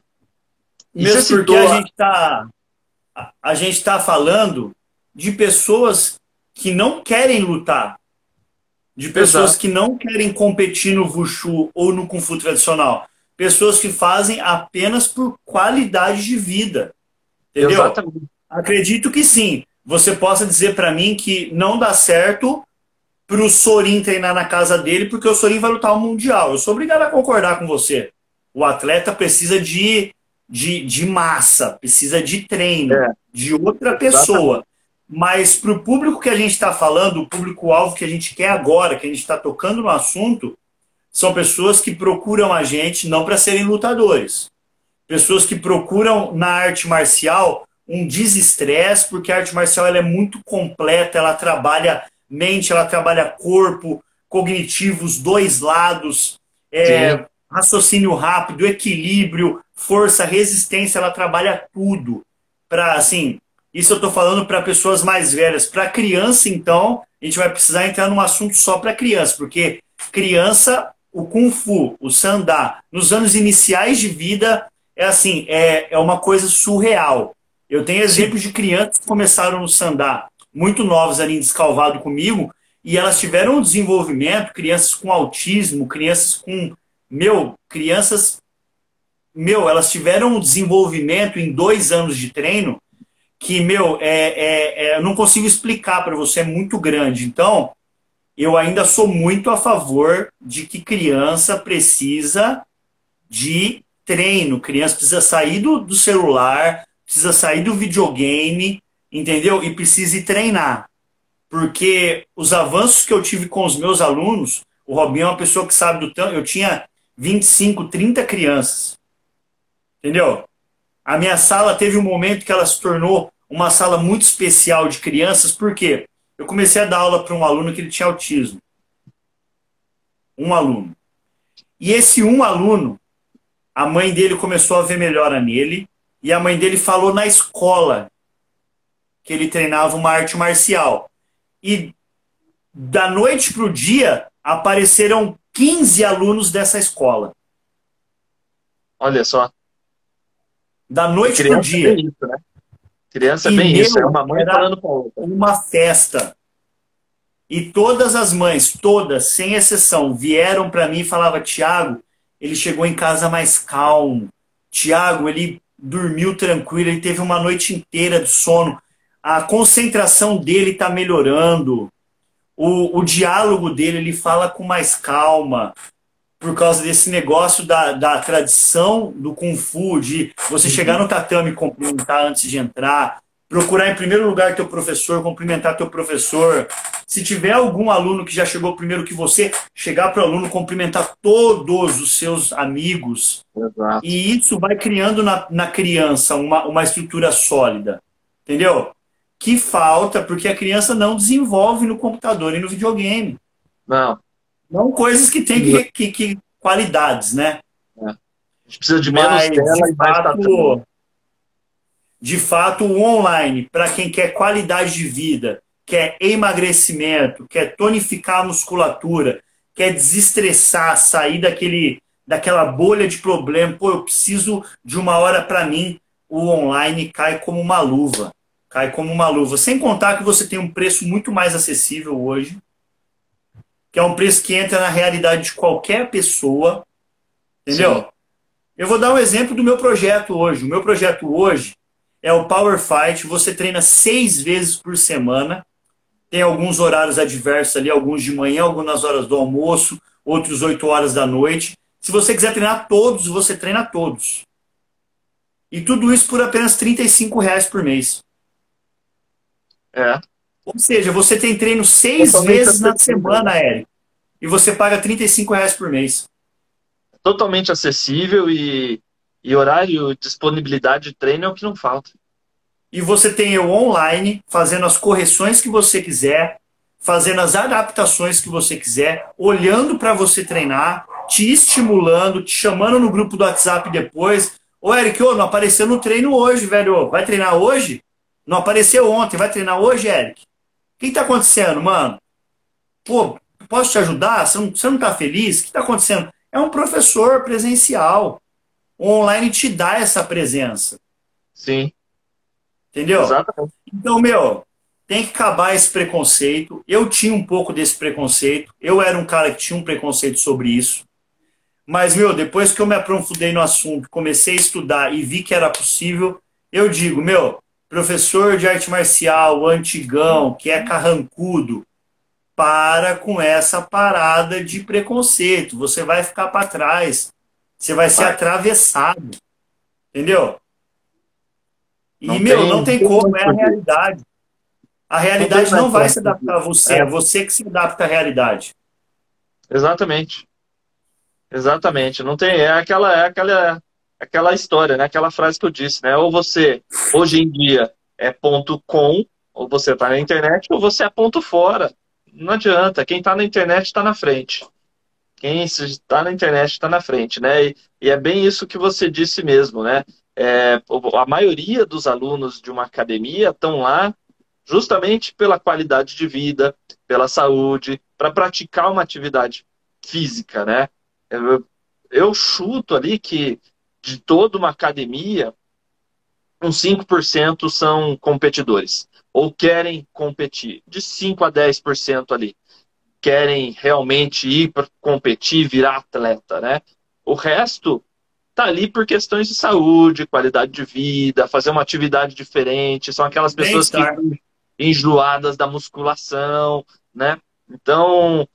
E você Mesmo porque a citou, gente está a gente está falando de pessoas que não querem lutar, de pessoas exato, que não querem competir no Wushu ou no Kung Fu tradicional, pessoas que fazem apenas por qualidade de vida, entendeu? exatamente, Acredito que sim. Você possa dizer para mim que não dá certo para o Sorin treinar na casa dele, porque o Sorin vai lutar o Mundial. Eu sou obrigado a concordar com você. O atleta precisa de, de, de massa, precisa de treino, é, de outra exatamente, pessoa. Mas para o público que a gente está falando, o público-alvo que a gente quer agora, que a gente está tocando no assunto, são pessoas que procuram a gente não para serem lutadores. Pessoas que procuram na arte marcial um desestresse, porque a arte marcial ela é muito completa, ela trabalha mente, ela trabalha corpo, cognitivo, os dois lados, sim, é, raciocínio rápido, equilíbrio, força, resistência, ela trabalha tudo. Para assim, isso eu estou falando para pessoas mais velhas. Para criança, então, a gente vai precisar entrar num assunto só para criança, porque criança, o Kung Fu, o Sandá, nos anos iniciais de vida, é assim, é, é uma coisa surreal. Eu tenho sim, exemplos de crianças que começaram no Sandá muito novas ali em Descalvado comigo, e elas tiveram um desenvolvimento, crianças com autismo, crianças com, meu, crianças, meu, elas tiveram um desenvolvimento em dois anos de treino que, meu, é, é, é eu não consigo explicar para você, é muito grande. Então, eu ainda sou muito a favor de que criança precisa de treino. Criança precisa sair do, do celular, precisa sair do videogame, entendeu? E precisa ir treinar. Porque os avanços que eu tive com os meus alunos, o Robinho é uma pessoa que sabe do tanto. Eu tinha vinte e cinco, trinta crianças, entendeu? A minha sala teve um momento que ela se tornou uma sala muito especial de crianças, porque eu comecei a dar aula para um aluno que ele tinha autismo. Um aluno. E esse um aluno, a mãe dele começou a ver melhora nele, e a mãe dele falou na escola que ele treinava uma arte marcial. E da noite para o dia, apareceram quinze alunos dessa escola. olha só, Da e noite para o criança é dia. bem isso, né? Criança é E, bem isso, é meu, uma mãe era falando com a outra. uma festa. E todas as mães, todas, sem exceção, vieram para mim e falavam: Tiago, ele chegou em casa mais calmo. Tiago, ele dormiu tranquilo, ele teve uma noite inteira de sono. A concentração dele está melhorando. O, o diálogo dele, ele fala com mais calma, por causa desse negócio da, da tradição do Kung Fu, de você chegar Uhum. no tatame e cumprimentar antes de entrar, procurar em primeiro lugar teu professor, cumprimentar teu professor. Se tiver algum aluno que já chegou primeiro que você, chegar para o aluno, cumprimentar todos os seus amigos. Exato. E isso vai criando na, na criança uma, uma estrutura sólida. Entendeu? Que falta, porque a criança não desenvolve no computador e no videogame. Não. Não coisas que têm que, que, que qualidades, né? É. A gente precisa de menos Mas, tela de e mais tatame. fato, de fato, o online, para quem quer qualidade de vida, quer emagrecimento, quer tonificar a musculatura, quer desestressar, sair daquele, daquela bolha de problema, pô, eu preciso de uma hora para mim, o online cai como uma luva. Cai como uma luva. Sem contar que você tem um preço muito mais acessível hoje, que é um preço que entra na realidade de qualquer pessoa, Sim. entendeu? Eu vou dar um exemplo do meu projeto hoje. O meu projeto hoje é o Power Fight. Você treina seis vezes por semana. Tem alguns horários adversos ali, alguns de manhã, alguns nas horas do almoço, outros oito horas da noite. Se você quiser treinar todos, você treina todos. E tudo isso por apenas trinta e cinco reais por mês. É. Ou seja, você tem treino seis Totalmente vezes na acessível, né? semana, Eric. E você paga trinta e cinco reais por mês. Totalmente acessível e, e horário, disponibilidade de treino é o que não falta. E você tem eu online, fazendo as correções que você quiser, fazendo as adaptações que você quiser, olhando para você treinar, te estimulando, te chamando no grupo do WhatsApp depois. Ô, Eric, ô, não apareceu no treino hoje, velho. Vai treinar hoje? Não apareceu ontem. Vai treinar hoje, Eric? O que está acontecendo, mano? Pô, posso te ajudar? Você não, você não tá feliz? O que está acontecendo? É um professor presencial. O online te dá essa presença. Sim, Entendeu? exatamente. Então, meu, tem que acabar esse preconceito. Eu tinha um pouco desse preconceito. Eu era um cara que tinha um preconceito sobre isso. Mas, meu, depois que eu me aprofundei no assunto, comecei a estudar e vi que era possível, eu digo, meu, professor de arte marcial, antigão, que é carrancudo, para com essa parada de preconceito. Você vai ficar para trás. Você vai ser Vai. atravessado. Entendeu? E, Não meu, tem, não não tem tem como, muito é a porquê. realidade. A Não tem realidade mais não pra vai onde se fugir. adaptar a você, é É, você que se adapta à realidade. exatamente. Exatamente. Não tem, é aquela, é aquela, aquela história, né? Aquela frase que eu disse, né? Ou você, hoje em dia, é ponto com, ou você está na internet, ou você é ponto fora. Não adianta. Quem está na internet está na frente. Quem está na internet está na frente, né? E, e é bem isso que você disse mesmo, né? É, a maioria dos alunos de uma academia estão lá justamente pela qualidade de vida, pela saúde, para praticar uma atividade física, né? Eu, eu chuto ali que de toda uma academia, uns cinco por cento são competidores, ou querem competir, de cinco a dez por cento ali querem realmente ir para competir, virar atleta, né? O resto tá ali por questões de saúde, qualidade de vida, fazer uma atividade diferente, são aquelas pessoas que Bem-estar. estão enjoadas da musculação, né? Então,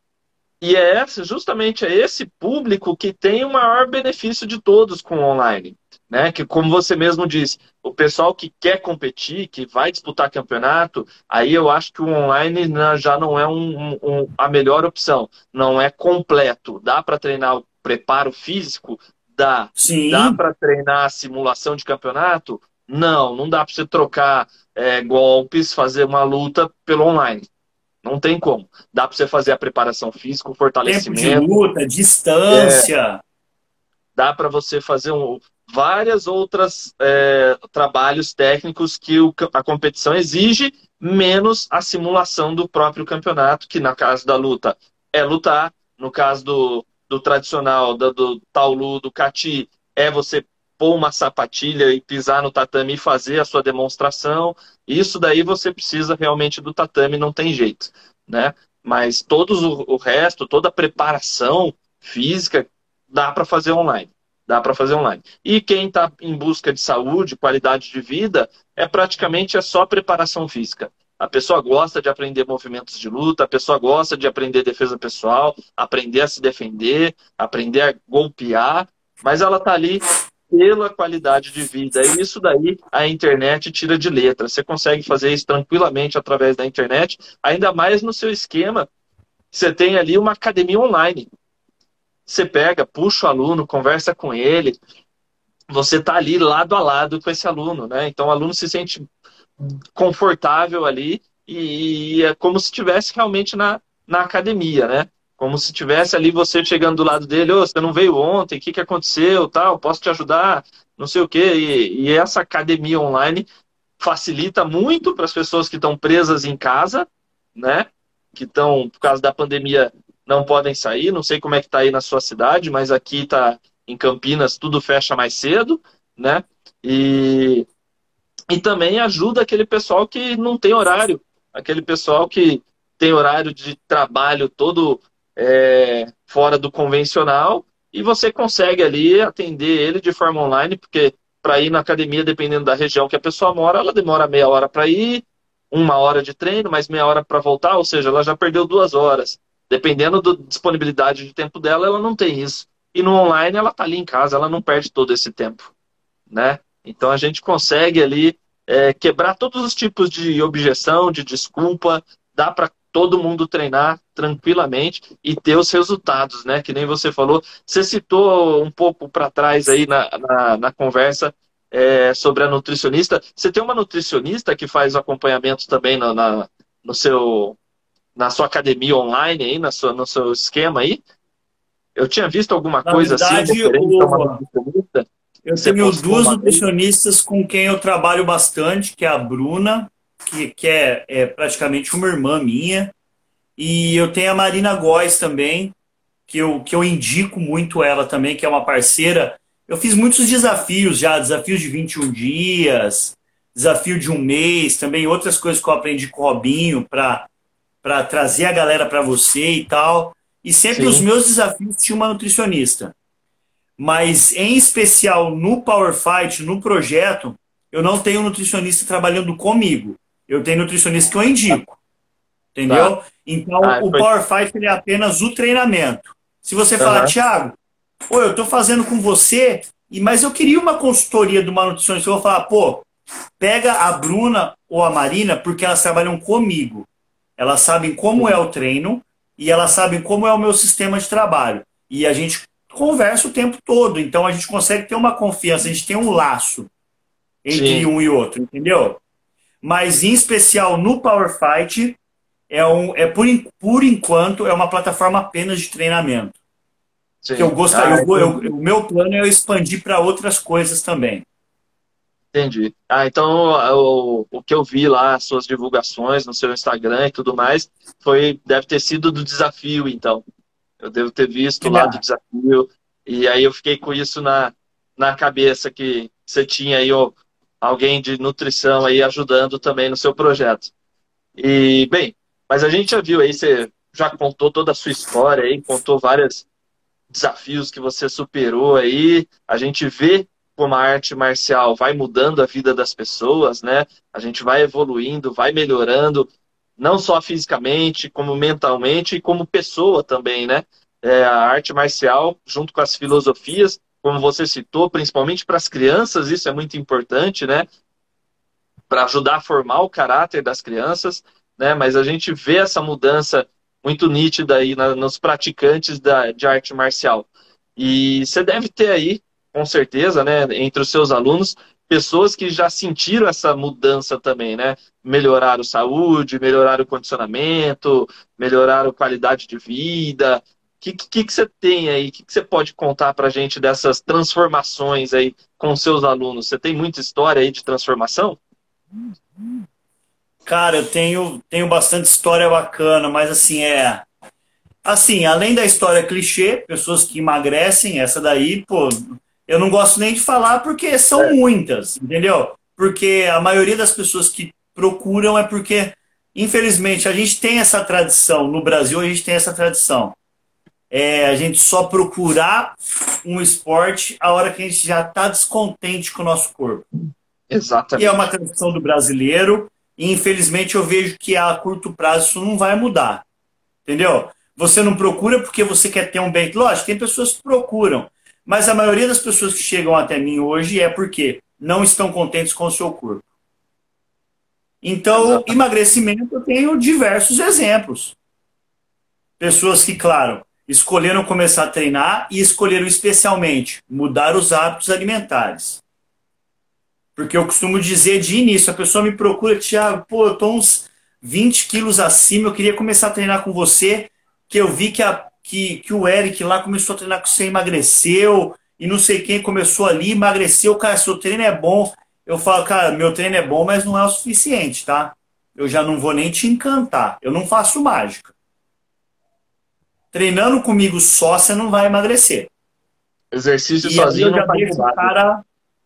e é esse, justamente é esse público que tem o maior benefício de todos com o online, né? Que, como você mesmo disse, o pessoal que quer competir, que vai disputar campeonato, aí eu acho que o online já não é um, um, um, a melhor opção, não é completo. Dá para treinar o preparo físico? Dá. Dá Sim, para treinar a simulação de campeonato? Não, não dá para você trocar é, golpes, fazer uma luta pelo online. Não tem como. Dá para você fazer a preparação física, o tempo de fortalecimento, luta, é, distância. dá para você fazer um, várias outras é, trabalhos técnicos que o, a competição exige, menos a simulação do próprio campeonato, que no caso da luta é lutar, no caso do, do tradicional, do, do taolu, do cati, é você pôr uma sapatilha e pisar no tatame e fazer a sua demonstração. Isso daí você precisa realmente do tatame, não tem jeito, né? Mas todos o, o resto, toda a preparação física dá para fazer online. Dá para fazer online. E quem está em busca de saúde, qualidade de vida, é praticamente é só preparação física. A pessoa gosta de aprender movimentos de luta, a pessoa gosta de aprender defesa pessoal, aprender a se defender, aprender a golpear, mas ela está ali pela qualidade de vida. E isso daí a internet tira de letra. Você consegue fazer isso tranquilamente através da internet, ainda mais no seu esquema. Você tem ali uma academia online. Você pega, puxa o aluno, conversa com ele, você está ali lado a lado com esse aluno, né? Então o aluno se sente confortável ali e, e é como se estivesse realmente na, na academia, né? Como se tivesse ali você chegando do lado dele, oh, você não veio ontem, o que, que aconteceu, tal, posso te ajudar, não sei o quê. E, e essa academia online facilita muito para as pessoas que estão presas em casa, né? Que estão, por causa da pandemia, não podem sair. Não sei como é que está aí na sua cidade, mas aqui está em Campinas, tudo fecha mais cedo, né? E, e também ajuda aquele pessoal que não tem horário, aquele pessoal que tem horário de trabalho todo é, fora do convencional, e você consegue ali atender ele de forma online, porque para ir na academia, dependendo da região que a pessoa mora, ela demora meia hora para ir, uma hora de treino, mais meia hora para voltar, ou seja, ela já perdeu duas horas. Dependendo da disponibilidade de tempo dela, ela não tem isso. E no online, ela está ali em casa, ela não perde todo esse tempo, né? Então a gente consegue ali é, quebrar todos os tipos de objeção, de desculpa, dá para todo mundo treinar tranquilamente e ter os resultados, né? Que nem você falou. Você citou um pouco para trás aí na, na, na conversa é, sobre a nutricionista. Você tem uma nutricionista que faz acompanhamento também no, na, no seu, na sua academia online aí, na sua, no seu esquema aí? Eu tinha visto alguma Na coisa assim, verdade, referente a uma o, nutricionista. eu Você tenho postou duas uma vez? nutricionistas com quem eu trabalho bastante, que é a Bruna, que, que é, é praticamente uma irmã minha, e eu tenho a Marina Góes também, que eu, que eu indico muito ela também, que é uma parceira. Eu fiz muitos desafios já, desafios de vinte e um dias, desafio de um mês, também outras coisas que eu aprendi com o Robinho para para trazer a galera para você e tal. E sempre os Sim, meus desafios tinha uma nutricionista. Mas, em especial no Power Fight, no projeto, eu não tenho nutricionista trabalhando comigo. Eu tenho nutricionista que eu indico, tá. entendeu? Então, Ah, o foi. Power Fight ele é apenas o treinamento. Se você falar, Aham. Thiago, pô, eu tô fazendo com você, e mas eu queria uma consultoria de uma nutricionista, eu vou falar, pô, pega a Bruna ou a Marina, porque elas trabalham comigo. Elas sabem como é o treino e elas sabem como é o meu sistema de trabalho. E a gente conversa o tempo todo, então a gente consegue ter uma confiança, a gente tem um laço entre Sim, um e outro, entendeu? Mas em especial no Power Fight, é, um, é por, por enquanto é uma plataforma apenas de treinamento. Que eu sim. gostaria, Ah, eu, eu, entendi. o meu plano é eu expandir para outras coisas também. Entendi. Ah, então o, o que eu vi lá, as suas divulgações no seu Instagram e tudo mais, foi, deve ter sido do desafio, então. Eu devo ter visto lá do É, desafio, e aí eu fiquei com isso na, na cabeça, que você tinha aí ó, alguém de nutrição aí ajudando também no seu projeto. E, bem, mas a gente já viu aí, você já contou toda a sua história aí, contou vários desafios que você superou aí. A gente vê como a arte marcial vai mudando a vida das pessoas, né? A gente vai evoluindo, vai melhorando, não só fisicamente, como mentalmente e como pessoa também, né? É, a arte marcial, junto com as filosofias, como você citou, principalmente para as crianças, isso é muito importante, né? Para ajudar a formar o caráter das crianças, né? Mas a gente vê essa mudança muito nítida aí na, nos praticantes da, de arte marcial. E você deve ter aí, com certeza, né, entre os seus alunos, pessoas que já sentiram essa mudança também, né? Melhoraram saúde, melhoraram o condicionamento, melhoraram qualidade de vida. O que, que, que você tem aí? O que, que você pode contar para a gente dessas transformações aí com seus alunos? Você tem muita história aí de transformação? cara, eu tenho, tenho bastante história bacana, mas assim, é. Assim, além da história clichê, pessoas que emagrecem, essa daí, pô, eu não gosto nem de falar porque são É, muitas, entendeu? Porque a maioria das pessoas que procuram é porque, infelizmente, a gente tem essa tradição, no Brasil a gente tem essa tradição. É a gente só procurar um esporte a hora que a gente já está descontente com o nosso corpo. E é uma exatamente. tradição do brasileiro, E infelizmente eu vejo que a curto prazo isso não vai mudar. Entendeu? Você não procura porque você quer ter um bem. Lógico, tem pessoas que procuram. Mas a maioria das pessoas que chegam até mim hoje é porque não estão contentes com o seu corpo. Então, Exatamente. emagrecimento, eu tenho diversos exemplos. Pessoas que, claro, escolheram começar a treinar e escolheram especialmente mudar os hábitos alimentares. Porque eu costumo dizer de início, a pessoa me procura, Thiago, pô, eu tô uns vinte quilos acima, eu queria começar a treinar com você, que eu vi que, a, que, que o Eric lá começou a treinar com você, emagreceu, e não sei quem começou ali, emagreceu, cara, seu treino é bom. Eu falo, cara, meu treino é bom, mas não é o suficiente, tá? Eu já não vou nem te encantar, eu não faço mágica. Treinando comigo só, você não vai emagrecer. Exercício E aí sozinho eu não já faz deixo o milagre. cara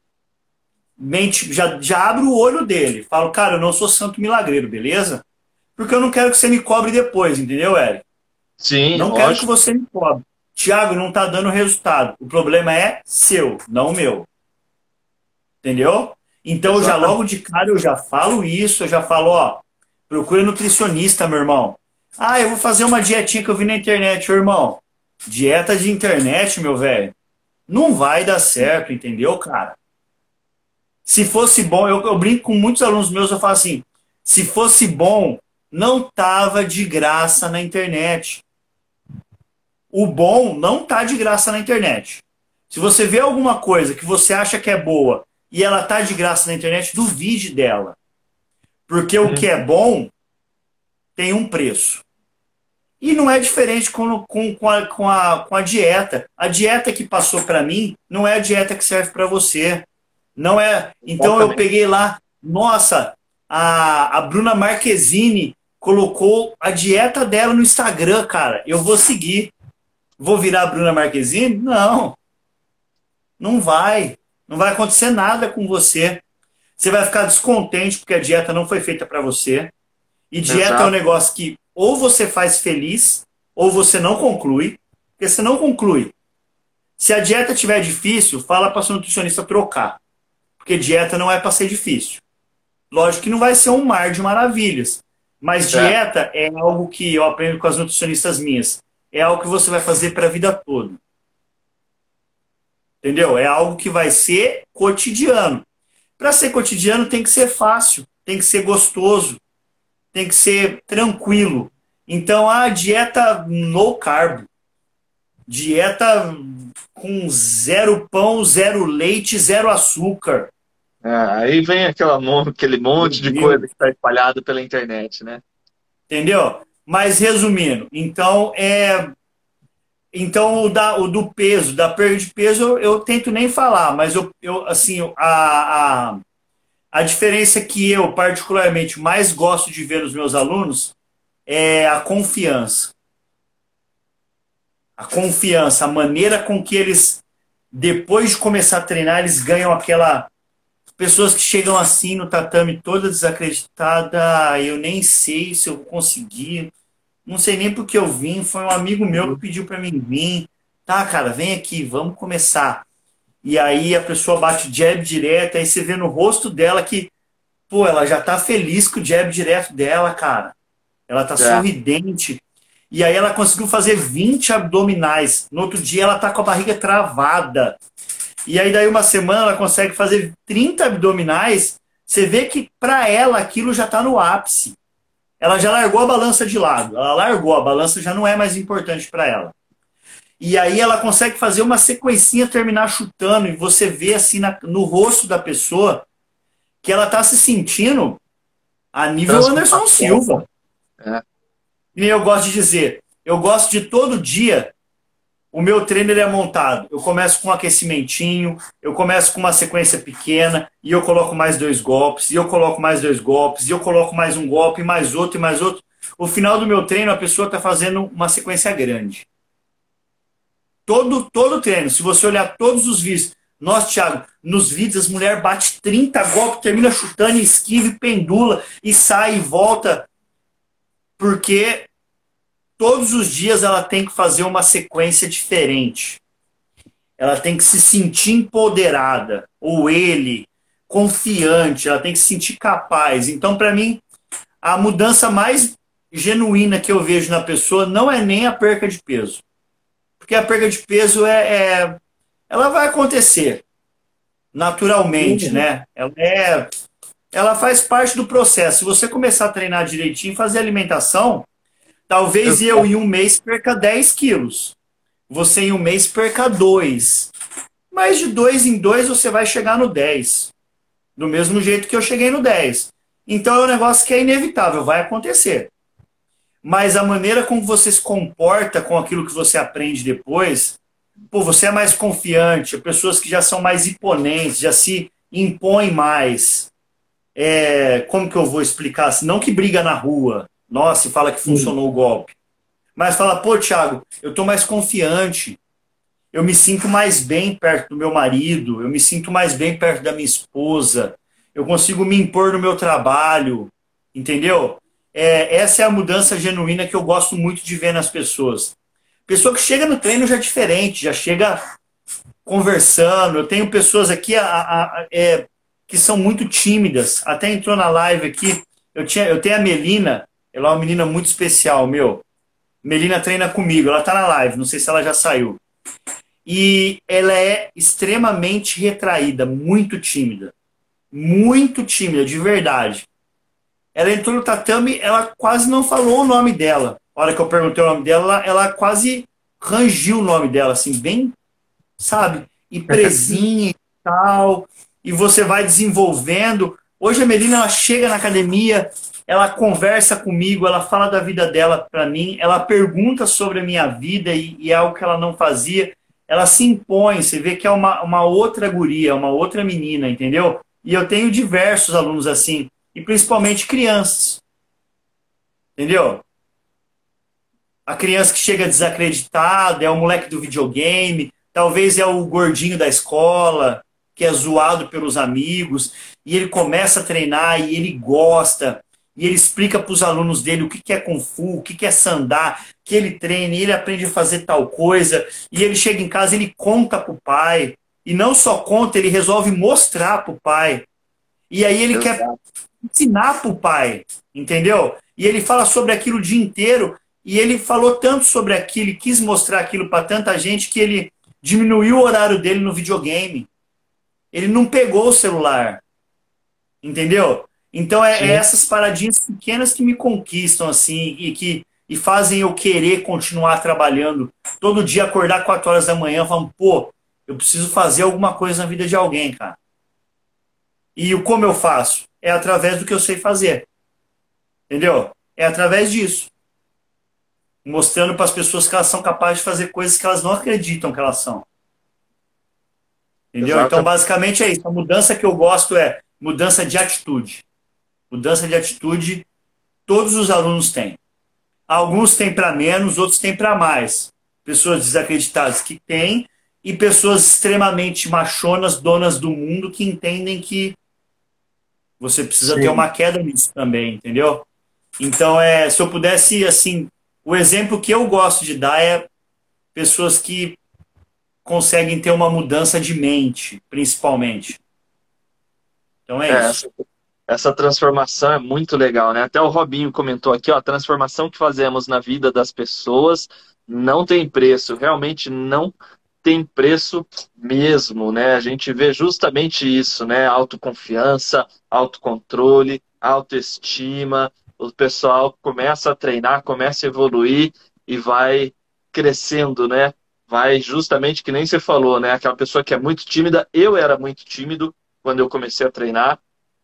mente, já, já abro o olho dele. Falo, cara, eu não sou santo milagreiro, beleza? Porque eu não quero que você me cobre depois, entendeu, Eric? Sim, Não quero que lógico. você me cobre. Tiago, não tá dando resultado. O problema é seu, não meu. Entendeu? Então, eu já Exatamente. logo de cara, eu já falo isso, eu já falo, ó, procura nutricionista, meu irmão. Ah, eu vou fazer uma dietinha que eu vi na internet, ô, irmão. Dieta de internet, meu velho. Não vai dar certo, entendeu, cara? Se fosse bom, eu, eu brinco com muitos alunos meus, eu falo assim, se fosse bom, não tava de graça na internet. O bom não tá de graça na internet. Se você vê alguma coisa que você acha que é boa e ela tá de graça na internet, duvide dela. Porque o que Hum, é bom tem um preço. E não é diferente com, com, com, a, com, a, com a dieta. A dieta que passou para mim não é a dieta que serve para você. Não é. Então eu Exatamente. peguei lá, nossa, a, a Bruna Marquezine colocou a dieta dela no Instagram, cara. Eu vou seguir. Vou virar a Bruna Marquezine? Não, não vai. Não vai acontecer nada com você. Você vai ficar descontente porque a dieta não foi feita para você. E dieta é um Exato. negócio que ou você faz feliz, ou você não conclui. Porque você não conclui. Se a dieta estiver difícil, fala para seu nutricionista trocar. Porque dieta não é para ser difícil. Lógico que não vai ser um mar de maravilhas. Mas É, dieta é algo que eu aprendo com as nutricionistas minhas. É algo que você vai fazer para a vida toda. Entendeu? É algo que vai ser cotidiano. Para ser cotidiano tem que ser fácil, tem que ser gostoso, tem que ser tranquilo. Então a dieta low carb, dieta com zero pão, zero leite, zero açúcar. é, aí vem aquela, mon- aquele Meu monte de coisa Deus. que está espalhado pela internet, né? Entendeu? Mas resumindo, então é. Então o, da, o do peso, da perda de peso, eu, eu tento nem falar, mas eu, eu assim, a, a, a diferença que eu particularmente mais gosto de ver nos meus alunos é a confiança. A confiança, a maneira com que eles, depois de começar a treinar, eles ganham aquela. Pessoas que chegam assim no tatame toda desacreditada, "Ah, eu nem sei se eu vou conseguir, não sei nem porque eu vim, foi um amigo meu que pediu para mim vir. Tá, cara, vem aqui, vamos começar." E aí a pessoa bate jab direto, aí você vê no rosto dela que, pô, ela já tá feliz com o jab direto dela, cara. Ela tá É, sorridente. E aí ela conseguiu fazer vinte abdominais. No outro dia ela tá com a barriga travada. E aí daí uma semana ela consegue fazer trinta abdominais. Você vê que para ela aquilo já tá no ápice. Ela já largou a balança de lado. Ela largou, a balança já não é mais importante para ela. E aí ela consegue fazer uma sequencinha, terminar chutando, e você vê assim na, no rosto da pessoa que ela tá se sentindo a nível Anderson transformação. Silva. É, E eu gosto de dizer, eu gosto de todo dia, o meu treino ele é montado. Eu começo com um aquecimentinho, eu começo com uma sequência pequena, e eu coloco mais dois golpes, e eu coloco mais dois golpes, e eu coloco mais um golpe, mais outro e mais outro. O final do meu treino, a pessoa está fazendo uma sequência grande. Todo, todo treino, se você olhar todos os vídeos, nossa, Thiago, nos vídeos as mulheres batem trinta golpes, termina chutando, esquiva, pendula, e sai e volta, porque todos os dias ela tem que fazer uma sequência diferente. Ela tem que se sentir empoderada, ou ele, confiante, ela tem que se sentir capaz. Então, para mim, a mudança mais genuína que eu vejo na pessoa não é nem a perca de peso. Porque a perda de peso é, é ela vai acontecer naturalmente, Uhum. né? Ela, é, ela faz parte do processo. Se você começar a treinar direitinho, fazer alimentação, talvez eu em um mês perca dez quilos. Você em um mês perca dois. Mas de dois em dois você vai chegar no dez. Do mesmo jeito que eu cheguei no dez. Então é um negócio que é inevitável, vai acontecer. Mas a maneira como você se comporta com aquilo que você aprende depois, pô, você é mais confiante, pessoas que já são mais imponentes, já se impõem mais. É, como que eu vou explicar? Assim, não que briga na rua, nossa, e fala que Uhum. funcionou o golpe. Mas fala, pô, Thiago, eu tô mais confiante, eu me sinto mais bem perto do meu marido, eu me sinto mais bem perto da minha esposa, eu consigo me impor no meu trabalho, entendeu? É, essa é a mudança genuína que eu gosto muito de ver nas pessoas. Pessoa que chega no treino já é diferente, já chega conversando. Eu tenho pessoas aqui a, a, a, é, que são muito tímidas. Até entrou na live aqui. Eu, tinha, eu tenho a Melina, ela é uma menina muito especial, meu. Melina treina comigo, ela tá na live, não sei se ela já saiu. E ela é extremamente retraída, muito tímida. Muito tímida, de verdade. Ela entrou no tatame, ela quase não falou o nome dela. A hora que eu perguntei o nome dela, ela quase rangiu o nome dela, assim, bem, sabe? E presinha e tal. E você vai desenvolvendo. Hoje a Melina, ela chega na academia, ela conversa comigo, ela fala da vida dela para mim, ela pergunta sobre a minha vida e, e é algo que ela não fazia. Ela se impõe, você vê que é uma, uma outra guria, uma outra menina, entendeu? E eu tenho diversos alunos assim, e principalmente crianças, entendeu? A criança que chega desacreditada, é o moleque do videogame, talvez é o gordinho da escola, que é zoado pelos amigos, e ele começa a treinar e ele gosta, e ele explica para os alunos dele o que é Kung Fu, o que é Sandá, que ele treina, e ele aprende a fazer tal coisa, e ele chega em casa e ele conta para o pai, e não só conta, ele resolve mostrar para o pai, e aí ele quer Exato. ensinar para o pai, entendeu? E ele fala sobre aquilo o dia inteiro, e ele falou tanto sobre aquilo, e quis mostrar aquilo para tanta gente, que ele diminuiu o horário dele no videogame. Ele não pegou o celular, entendeu? Então é, é Sim. essas paradinhas pequenas que me conquistam, assim, e que e fazem eu querer continuar trabalhando. Todo dia acordar quatro horas da manhã, falando, pô, eu preciso fazer alguma coisa na vida de alguém, cara. E o como eu faço? É através do que eu sei fazer. Entendeu? É através disso. Mostrando para as pessoas que elas são capazes de fazer coisas que elas não acreditam que elas são. Entendeu? Então, Exato. basicamente é isso. A mudança que eu gosto é mudança de atitude. Mudança de atitude, todos os alunos têm. Alguns têm para menos, outros têm para mais. Pessoas desacreditadas que têm e pessoas extremamente machonas, donas do mundo, que entendem que você precisa ter Sim. uma queda nisso também, entendeu? Então, é, se eu pudesse, assim, o exemplo que eu gosto de dar é pessoas que conseguem ter uma mudança de mente, principalmente. Então é É, isso. essa, essa transformação é muito legal, né? Até o Robinho comentou aqui, ó, a transformação que fazemos na vida das pessoas não tem preço, realmente não tem preço mesmo, né? A gente vê justamente isso, né? Autoconfiança, autocontrole, autoestima. O pessoal começa a treinar, começa a evoluir e vai crescendo, né? Vai justamente que nem você falou, né? Aquela pessoa que é muito tímida. Eu era muito tímido quando eu comecei a treinar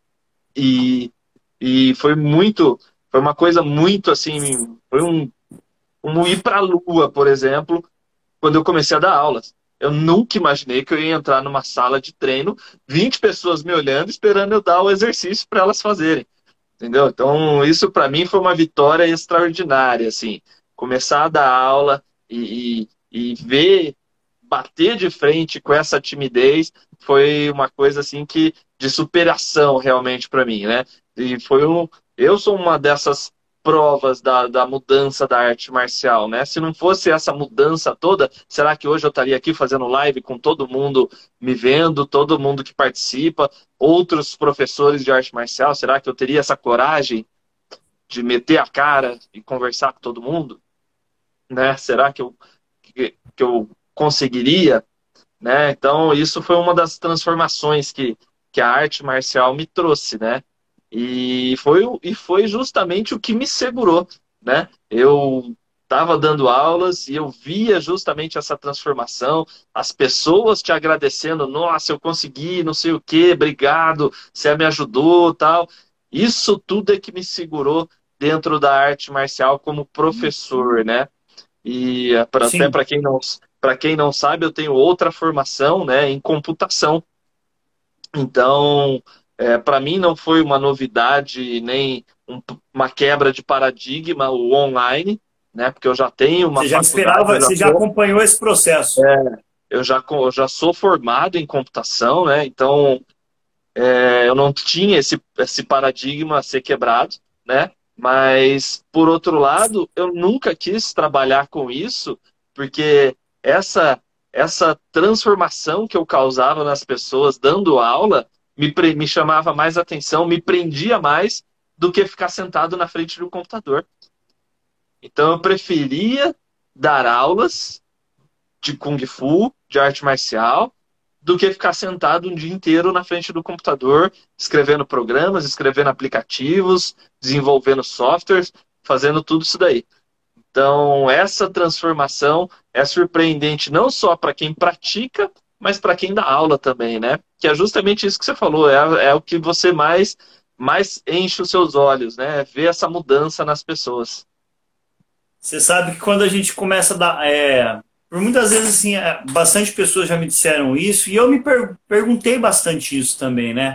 e, e foi muito, foi uma coisa muito assim, foi um, um ir para a lua, por exemplo, quando eu comecei a dar aulas. Eu nunca imaginei que eu ia entrar numa sala de treino, vinte pessoas me olhando, esperando eu dar o exercício para elas fazerem, entendeu? Então, isso para mim foi uma vitória extraordinária, assim, começar a dar aula e, e, e ver, bater de frente com essa timidez foi uma coisa assim que de superação realmente para mim, né? E foi um, eu sou uma dessas provas da, da mudança da arte marcial, né? Se não fosse essa mudança toda, será que hoje eu estaria aqui fazendo live com todo mundo me vendo, todo mundo que participa, outros professores de arte marcial? Será que eu teria essa coragem de meter a cara e conversar com todo mundo, né? Será que eu, que, que eu conseguiria, né? Então, isso foi uma das transformações que, que a arte marcial me trouxe, né? E foi, o- e foi justamente o que me segurou, né? Eu estava dando aulas e eu via justamente essa transformação, as pessoas te agradecendo, nossa, eu consegui, não sei o quê, obrigado, você me ajudou, tal. Isso tudo é que me segurou dentro da arte marcial como professor, né? E é, pra- até Sim. para quem não, para quem não sabe, eu tenho outra formação, né, em computação. Então, para mim não foi uma novidade nem um- uma quebra de paradigma o online, né? Porque eu já tenho uma Você já faculdade, esperava, eu já você já sou, acompanhou esse processo. eu já, co- eu já sou formado em computação, né? Então, é, eu não tinha esse, esse paradigma a ser quebrado, né? Mas, por outro lado, eu nunca quis trabalhar com isso, porque essa, essa transformação que eu causava nas pessoas dando aula me, pre- me chamava mais atenção, me prendia mais do que ficar sentado na frente do computador. Então, eu preferia dar aulas de Kung Fu, de arte marcial, do que ficar sentado um dia inteiro na frente do computador, escrevendo programas, escrevendo aplicativos, desenvolvendo softwares, fazendo tudo isso daí. Então, essa transformação é surpreendente não só para quem pratica, mas para quem dá aula também, né? Que é justamente isso que você falou, é, é o que você mais, mais enche os seus olhos, né? Ver essa mudança nas pessoas. Você sabe que quando a gente começa a dar. É, por muitas vezes, assim, é, bastante pessoas já me disseram isso, e eu me per- perguntei bastante isso também, né?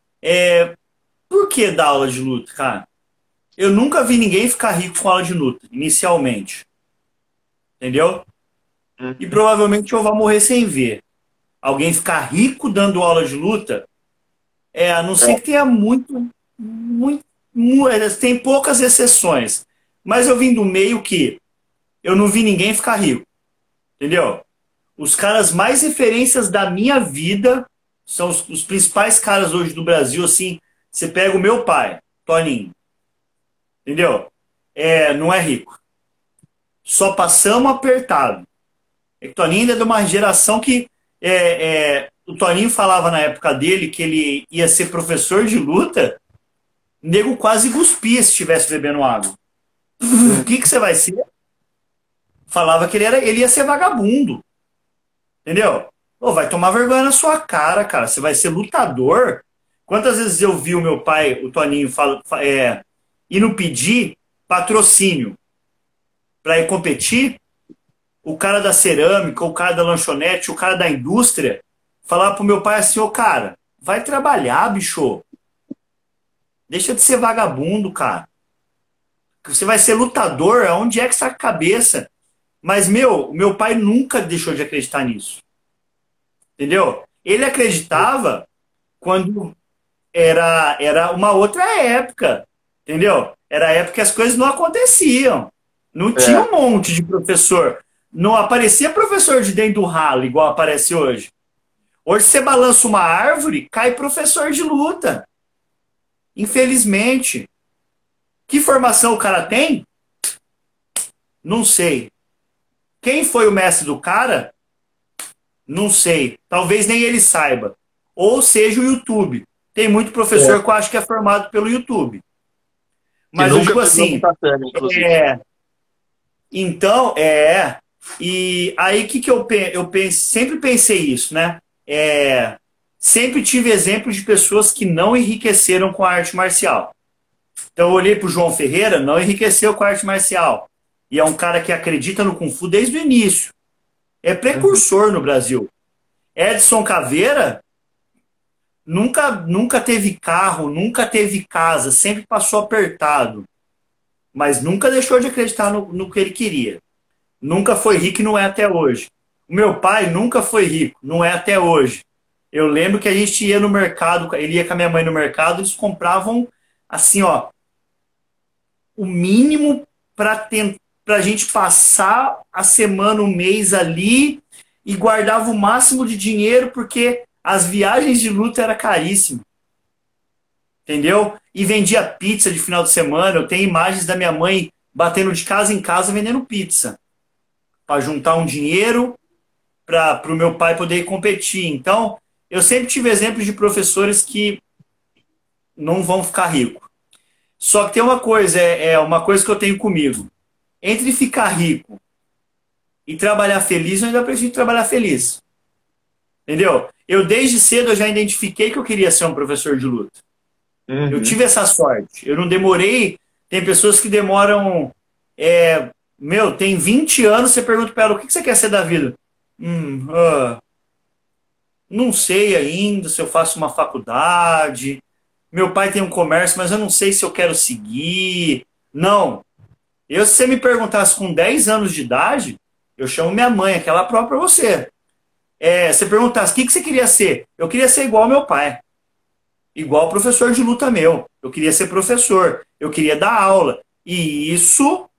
Por que dar aula de luta, cara? Eu nunca vi ninguém ficar rico com aula de luta, inicialmente. Entendeu? E Uhum. provavelmente eu vou morrer sem ver. Alguém ficar rico dando aula de luta, é, a não ser que tenha muito, muito, mu- é, tem poucas exceções. Mas eu vim do meio que eu não vi ninguém ficar rico, entendeu? Os caras mais referências da minha vida são os, os principais caras hoje do Brasil, assim, você pega o meu pai, Toninho, entendeu? É, não é rico. Só passamos apertado. É que o Toninho ainda é de uma geração que é, é, o Toninho falava na época dele que ele ia ser professor de luta, o nego quase cuspia se estivesse bebendo água. O Uhum. que, que você vai ser? Falava que ele, era, ele ia ser vagabundo, entendeu? Pô, vai tomar vergonha na sua cara, cara. Você vai ser lutador. Quantas vezes eu vi o meu pai, o Toninho, fala, é, indo pedir patrocínio para ir competir? O cara da cerâmica, o cara da lanchonete, o cara da indústria, falar pro meu pai assim, ô cara, vai trabalhar, bicho. Deixa de ser vagabundo, cara. Você vai ser lutador, aonde é que está a cabeça? Mas, meu, meu pai nunca deixou de acreditar nisso. Entendeu? Ele acreditava quando era, era uma outra época. Entendeu? Era a época que as coisas não aconteciam. Não tinha É, um monte de professor. Não aparecia professor de dentro do ralo, igual aparece hoje. Hoje você balança uma árvore, cai professor de luta. Infelizmente. Que formação o cara tem? Não sei. Quem foi o mestre do cara? Não sei. Talvez nem ele saiba. Ou seja o YouTube. Tem muito professor é. que eu acho que é formado pelo YouTube. Que Mas eu nunca digo pisou no assim, tatame, inclusive. é, então, é. E aí que, que eu, pe- eu pense, sempre pensei isso, né? É, sempre tive exemplos de pessoas que não enriqueceram com a arte marcial. Então eu olhei para o João Ferreira, não enriqueceu com a arte marcial. E é um cara que acredita no Kung Fu desde o início. É Uhum. precursor no Brasil. Edson Caveira nunca, nunca teve carro, nunca teve casa, sempre passou apertado. Mas nunca deixou de acreditar no, no que ele queria. Nunca foi rico e não é até hoje. O meu pai nunca foi rico, não é até hoje. Eu lembro que a gente ia no mercado, ele ia com a minha mãe no mercado, eles compravam assim, ó, o mínimo para a gente passar a semana, o mês ali e guardava o máximo de dinheiro porque as viagens de luta era caríssimo, entendeu? e vendia pizza de final de semana. Eu tenho imagens da minha mãe batendo de casa em casa vendendo pizza, para juntar um dinheiro para o meu pai poder competir. Então, eu sempre tive exemplos de professores que não vão ficar ricos. Só que tem uma coisa, é, é uma coisa que eu tenho comigo. Entre ficar rico e trabalhar feliz, eu ainda prefiro trabalhar feliz. Entendeu? Eu, desde cedo, eu já identifiquei que eu queria ser um professor de luta. Eu Uhum. tive essa sorte. Eu não demorei. Tem pessoas que demoram. É, meu, tem vinte anos, você pergunta para ela o que você quer ser da vida. Hum, ah, não sei ainda se eu faço uma faculdade. Meu pai tem um comércio, mas eu não sei se eu quero seguir. Não. Eu, se você me perguntasse com dez anos de idade, eu chamo minha mãe, aquela própria pra você. É, você perguntasse o que, que você queria ser? Eu queria ser igual ao meu pai. Igual professor de luta meu. Eu queria ser professor. Eu queria dar aula. E isso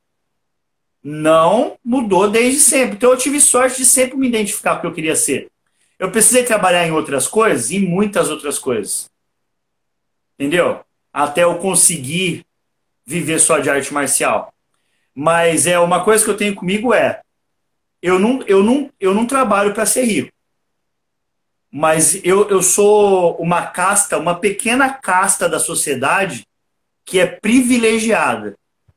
não mudou desde sempre. Então eu tive sorte de sempre me identificar com o que eu queria ser. Eu precisei trabalhar em outras coisas, em muitas outras coisas. Entendeu? Até eu conseguir viver só de arte marcial. Mas é uma coisa que eu tenho comigo é, eu não, eu não, eu não trabalho para ser rico. Mas eu, eu sou uma casta, uma pequena casta da sociedade que é privilegiada,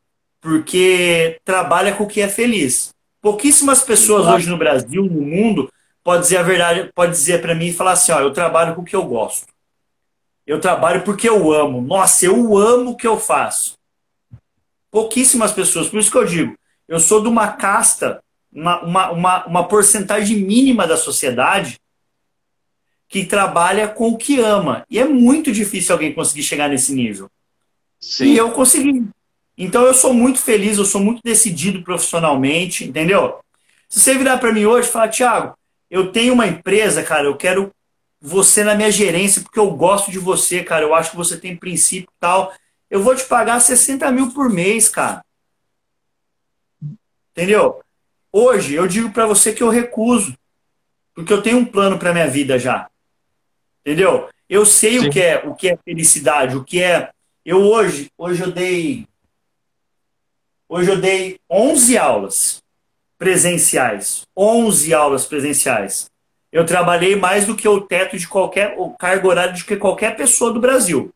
porque trabalha com o que é feliz. Pouquíssimas pessoas Exato. hoje no Brasil, no mundo, pode dizer a verdade, pode dizer para mim e falar assim, ó, eu trabalho com o que eu gosto. Eu trabalho porque eu amo. Nossa, eu amo o que eu faço. Pouquíssimas pessoas. Por isso que eu digo, eu sou de uma casta, uma, uma, uma, uma porcentagem mínima da sociedade que trabalha com o que ama. E é muito difícil alguém conseguir chegar nesse nível. E Sim. eu consegui. Então eu sou muito feliz, eu sou muito decidido profissionalmente, entendeu? Se você virar para mim hoje e falar, Thiago, eu tenho uma empresa, cara, eu quero você na minha gerência porque eu gosto de você, cara, eu acho que você tem princípio e tal. Eu vou te pagar sessenta mil por mês, cara. Entendeu? Hoje eu digo para você que eu recuso, porque eu tenho um plano para minha vida já. Entendeu? Eu sei o que Sim. é, o que é felicidade, o que é. Eu hoje, hoje eu dei, hoje eu dei onze aulas presenciais, onze aulas presenciais. Eu trabalhei mais do que o teto de qualquer, o cargo horário de que qualquer pessoa do Brasil.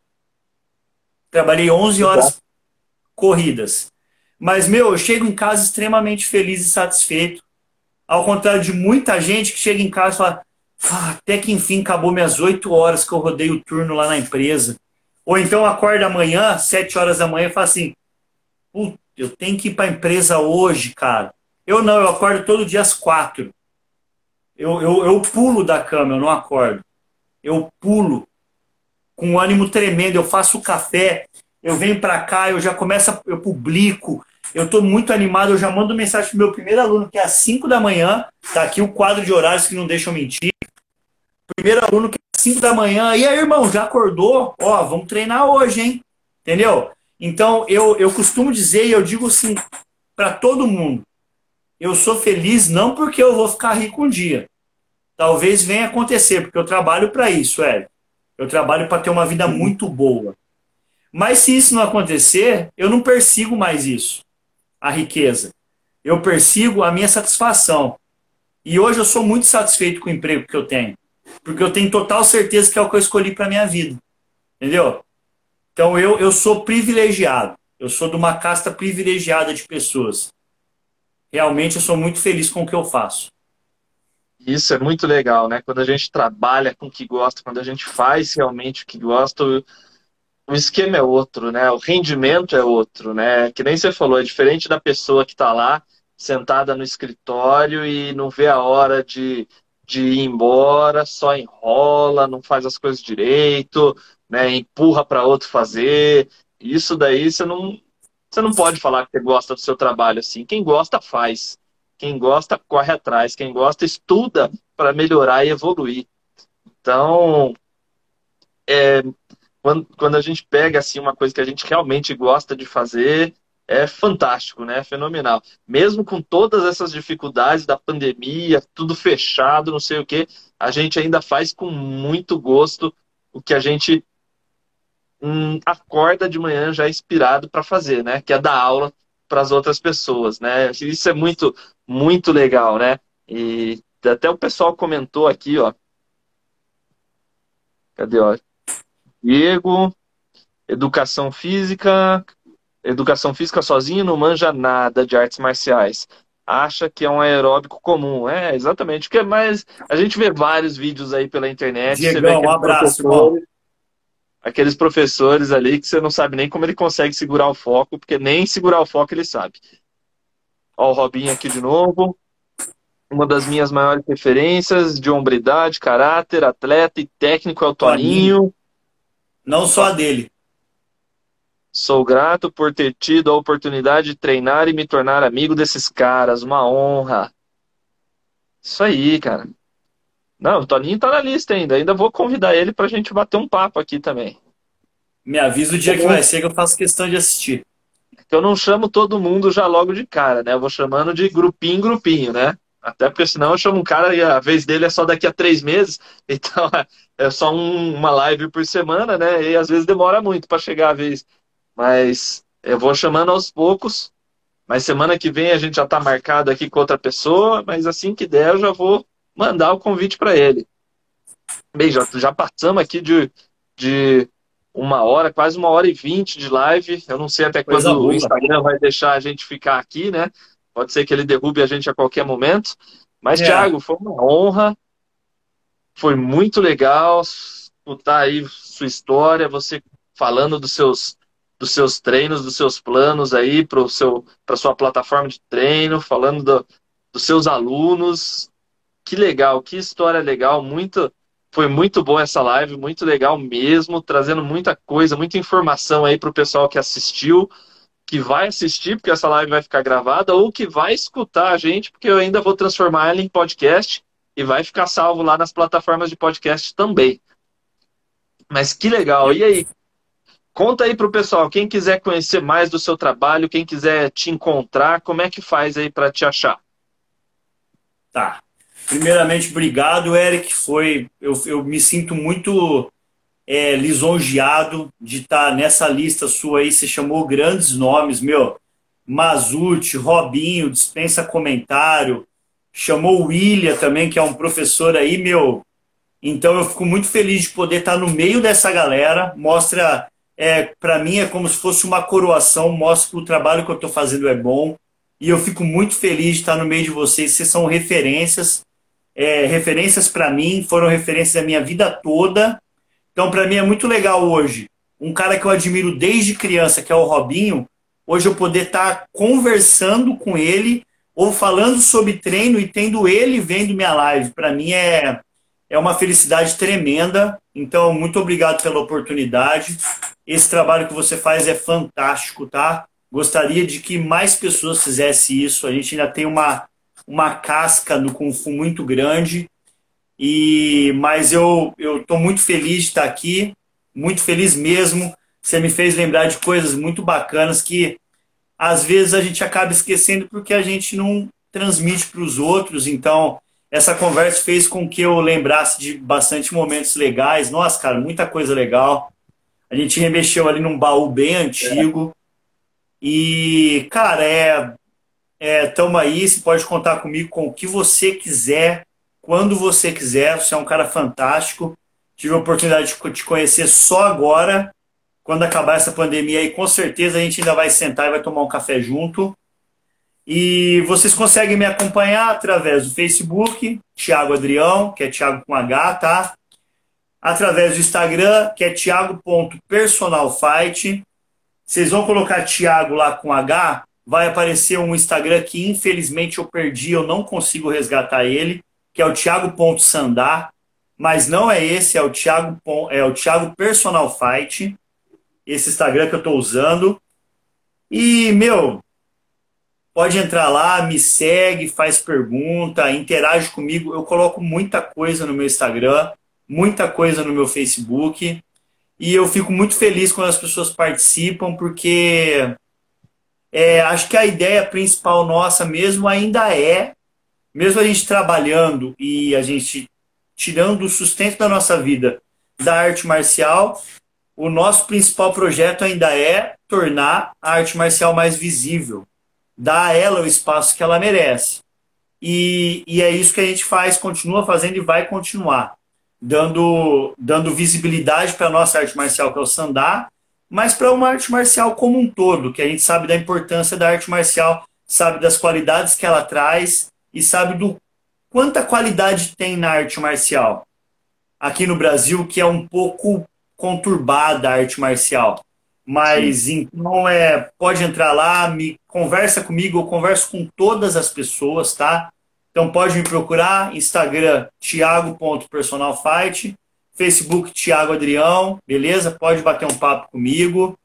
Trabalhei onze Exato. horas corridas. Mas, meu, eu chego em casa extremamente feliz e satisfeito. Ao contrário de muita gente que chega em casa e fala, ah, até que enfim acabou minhas oito horas que eu rodei o turno lá na empresa. Ou então acorda amanhã, sete horas da manhã, e fala assim, putz, eu tenho que ir para a empresa hoje, cara. Eu não, eu acordo todo dia às quatro. Eu, eu, eu pulo da cama, eu não acordo. Eu pulo com um ânimo tremendo, eu faço o café, eu venho para cá, eu já começo, a, eu publico, eu estou muito animado, eu já mando mensagem pro meu primeiro aluno, que é às cinco da manhã, tá aqui o quadro de horários que não deixam mentir. Primeiro aluno que é às cinco da manhã, e aí, irmão, já acordou? Ó, vamos treinar hoje, hein? Entendeu? Então, eu, eu costumo dizer, e eu digo assim, para todo mundo, eu sou feliz não porque eu vou ficar rico um dia. Talvez venha acontecer, porque eu trabalho para isso, é. Eu trabalho para ter uma vida muito boa. Mas se isso não acontecer, eu não persigo mais isso, a riqueza. Eu persigo a minha satisfação. E hoje eu sou muito satisfeito com o emprego que eu tenho. Porque eu tenho total certeza que é o que eu escolhi para minha vida. Entendeu? Então eu, eu sou privilegiado. Eu sou de uma casta privilegiada de pessoas. Realmente eu sou muito feliz com o que eu faço. Isso é muito legal, né? Quando a gente trabalha com o que gosta, quando a gente faz realmente o que gosta, o o esquema é outro, né? O rendimento é outro, né? Que nem você falou, é diferente da pessoa que está lá sentada no escritório e não vê a hora de, de ir embora, só enrola, não faz as coisas direito, né? Empurra para outro fazer. Isso daí você não, você não pode falar que você gosta do seu trabalho assim. Quem gosta, faz. Quem gosta, corre atrás. Quem gosta, estuda para melhorar e evoluir. Então, quando, quando a gente pega assim uma coisa que a gente realmente gosta de fazer, é fantástico, né? É fenomenal. Mesmo com todas essas dificuldades da pandemia, tudo fechado, não sei o quê, a gente ainda faz com muito gosto o que a gente hum, acorda de manhã já inspirado para fazer, né? Que é dar aula para as outras pessoas, né? Isso é muito, muito legal, né? E até o pessoal comentou aqui, ó. Cadê, ó? Diego, educação física, educação física sozinho não manja nada de artes marciais. Acha que é um aeróbico comum. É, exatamente. Porque, mas a gente vê vários vídeos aí pela internet, você vê Diegão, um aqueles abraço, irmão. professores, aqueles professores ali que você não sabe nem como ele consegue segurar o foco, porque nem segurar o foco ele sabe. Ó, o Robinho aqui de novo. Uma das minhas maiores referências de hombridade, caráter, atleta e técnico é o Toninho, Toninho. não só a dele. Sou grato por ter tido a oportunidade de treinar e me tornar amigo desses caras. Uma honra. Isso aí, cara. Não, o Toninho tá na lista ainda. Ainda vou convidar ele pra gente bater um papo aqui também. Me avisa o dia que vai ser que eu faço questão de assistir. Eu não chamo todo mundo já logo de cara, né? Eu vou chamando de grupinho em grupinho, né? Até porque senão eu chamo um cara e a vez dele é só daqui a três meses. Então é só um- uma live por semana, né? E às vezes demora muito pra chegar a vez. Mas eu vou chamando aos poucos. Mas semana que vem a gente já está marcado aqui com outra pessoa, mas assim que der eu já vou mandar o convite para ele. Bem, já, já passamos aqui de, de uma hora, quase uma hora e vinte de live. Eu não sei até Coisa quando o boa. Instagram vai deixar a gente ficar aqui, né? Pode ser que ele derrube a gente a qualquer momento. Mas, É, Thiago, foi uma honra, foi muito legal escutar aí sua história, você falando dos seus, dos seus treinos, dos seus planos aí para seu, para sua plataforma de treino, falando do- dos seus alunos. Que legal, que história legal, muito, foi muito boa essa live, muito legal mesmo, trazendo muita coisa, muita informação aí para o pessoal que assistiu, que vai assistir, porque essa live vai ficar gravada, ou que vai escutar a gente, porque eu ainda vou transformar ela em podcast e vai ficar salvo lá nas plataformas de podcast também. Mas que legal. E aí, conta aí pro pessoal, quem quiser conhecer mais do seu trabalho, quem quiser te encontrar, como é que faz aí para te achar? tá. Primeiramente, obrigado, Eric. Foi, eu, eu me sinto muito é, lisonjeado de estar nessa lista sua aí. Você chamou grandes nomes, meu. Mazute, Robinho, dispensa comentário. Chamou o William também, que é um professor aí, meu. Então eu fico muito feliz de poder estar no meio dessa galera. Mostra, é, para mim é como se fosse uma coroação, mostra que o trabalho que eu estou fazendo é bom. E eu fico muito feliz de estar no meio de vocês. Vocês são referências, é, referências para mim, foram referências da minha vida toda. Então para mim é muito legal hoje. Um cara que eu admiro desde criança, que é o Robinho, hoje eu poder estar conversando com ele ou falando sobre treino e tendo ele vendo minha live. Para mim é é uma felicidade tremenda. Então, muito obrigado pela oportunidade. Esse trabalho que você faz é fantástico, tá? Gostaria de que mais pessoas fizessem isso. A gente ainda tem uma, uma casca no Kung Fu muito grande. E mas eu eu estou muito feliz de estar aqui, muito feliz mesmo. Você me fez lembrar de coisas muito bacanas que às vezes a gente acaba esquecendo porque a gente não transmite para os outros. Então, essa conversa fez com que eu lembrasse de bastante momentos legais. Nossa, cara, muita coisa legal. A gente remexeu ali num baú bem antigo. E, cara, é, é, tamo aí. Você pode contar comigo com o que você quiser, quando você quiser. Você é um cara fantástico. Tive a oportunidade de te conhecer só agora. Quando acabar essa pandemia aí, com certeza a gente ainda vai sentar e vai tomar um café junto. E vocês conseguem me acompanhar através do Facebook, Thiago Adrião, que é Thiago com H, tá? Através do Instagram, que é thiago.personalfight. Vocês vão colocar Thiago lá com H, vai aparecer um Instagram que infelizmente eu perdi, eu não consigo resgatar ele, que é o thiago.sandar, mas não é esse, é o Thiago, é o Thiago Personal Fight, esse Instagram que eu estou usando. E, meu, pode entrar lá, me segue, faz pergunta, interage comigo. Eu coloco muita coisa no meu Instagram, muita coisa no meu Facebook. E eu fico muito feliz quando as pessoas participam, porque é, acho que a ideia principal nossa mesmo ainda é, mesmo a gente trabalhando e a gente tirando o sustento da nossa vida da arte marcial, o nosso principal projeto ainda é tornar a arte marcial mais visível, dar a ela o espaço que ela merece. E, e é isso que a gente faz, continua fazendo e vai continuar, dando, dando visibilidade para a nossa arte marcial, que é o Sandá, mas para uma arte marcial como um todo, que a gente sabe da importância da arte marcial, sabe das qualidades que ela traz e sabe do quanta qualidade tem na arte marcial. Aqui no Brasil, que é um pouco conturbada a arte marcial. Sim. Mas então é, pode entrar lá, me conversa comigo, eu converso com todas as pessoas, tá? Então pode me procurar, Instagram thiago ponto personal fight, Facebook Thiago Adrião, beleza? Pode bater um papo comigo.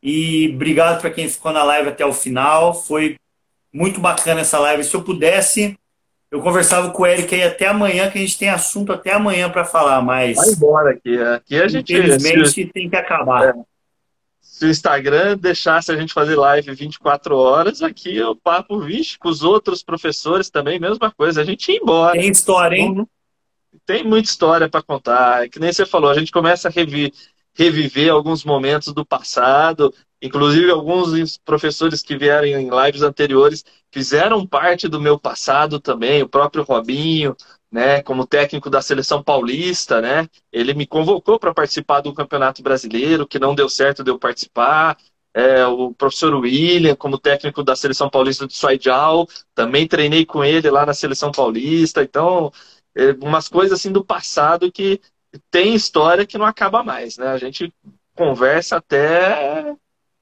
E obrigado para quem ficou na live até o final. Foi muito bacana essa live. Se eu pudesse, eu conversava com o Eric aí até amanhã, que a gente tem assunto até amanhã para falar, Vai mas embora aqui. Aqui a gente, se, infelizmente tem que é, acabar. se o Instagram deixasse a gente fazer live vinte e quatro horas, aqui eu papo, vixe, com os outros professores também, mesma coisa, a gente ia embora. Tem história, hein? Não, tem muita história para contar. É que nem você falou, a gente começa a revi reviver alguns momentos do passado, inclusive alguns professores que vieram em lives anteriores fizeram parte do meu passado também, o próprio Robinho, né, como técnico da seleção paulista, né? Ele me convocou para participar do Campeonato Brasileiro, que não deu certo de eu participar. É, o professor William, como técnico da seleção paulista do Suaidial, também treinei com ele lá na seleção paulista. Então, é, umas coisas assim do passado que tem história que não acaba mais, né? A gente conversa até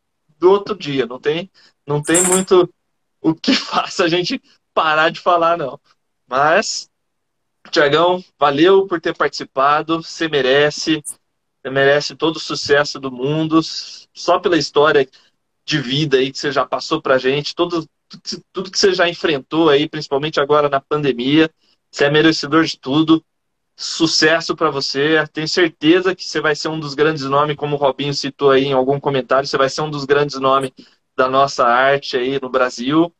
do outro dia, não tem, não tem muito o que faça a gente parar de falar, não. Mas, Tiagão, valeu por ter participado, você merece, você merece todo o sucesso do mundo, só pela história de vida aí que você já passou pra gente, todo, tudo que você já enfrentou aí, principalmente agora na pandemia, você é merecedor de tudo. Sucesso para você. Tenho certeza que você vai ser um dos grandes nomes, como o Robinho citou aí em algum comentário, você vai ser um dos grandes nomes da nossa arte aí no Brasil.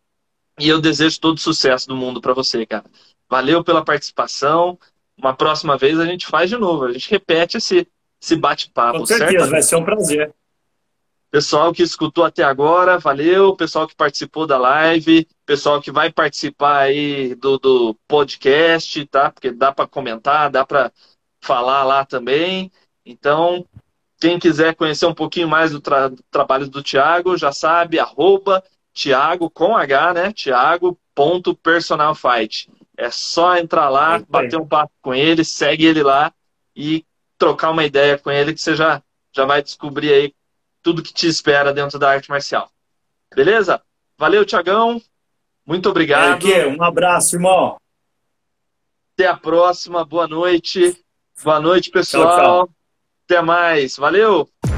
E eu desejo todo o sucesso do mundo para você, cara. Valeu pela participação. Uma próxima vez a gente faz de novo, a gente repete esse, esse Com bate-papo, certeza, vai certamente. ser um prazer. Pessoal que escutou até agora, valeu. Pessoal que participou da live, pessoal que vai participar aí do, do podcast, tá? Porque dá para comentar, dá para falar lá também. Então, quem quiser conhecer um pouquinho mais do, tra do trabalho do Thiago, já sabe, arroba Thiago com H, né? Thiago.personalfight. É só entrar É lá, isso aí. bater um papo com ele, segue ele lá e trocar uma ideia com ele que você já, já vai descobrir aí tudo que te espera dentro da arte marcial. Beleza? Valeu, Thiagão. Muito Eric, obrigado. um abraço, irmão. Até a próxima. Boa noite. Boa noite, Tchau, tchau. pessoal. Até mais. Valeu.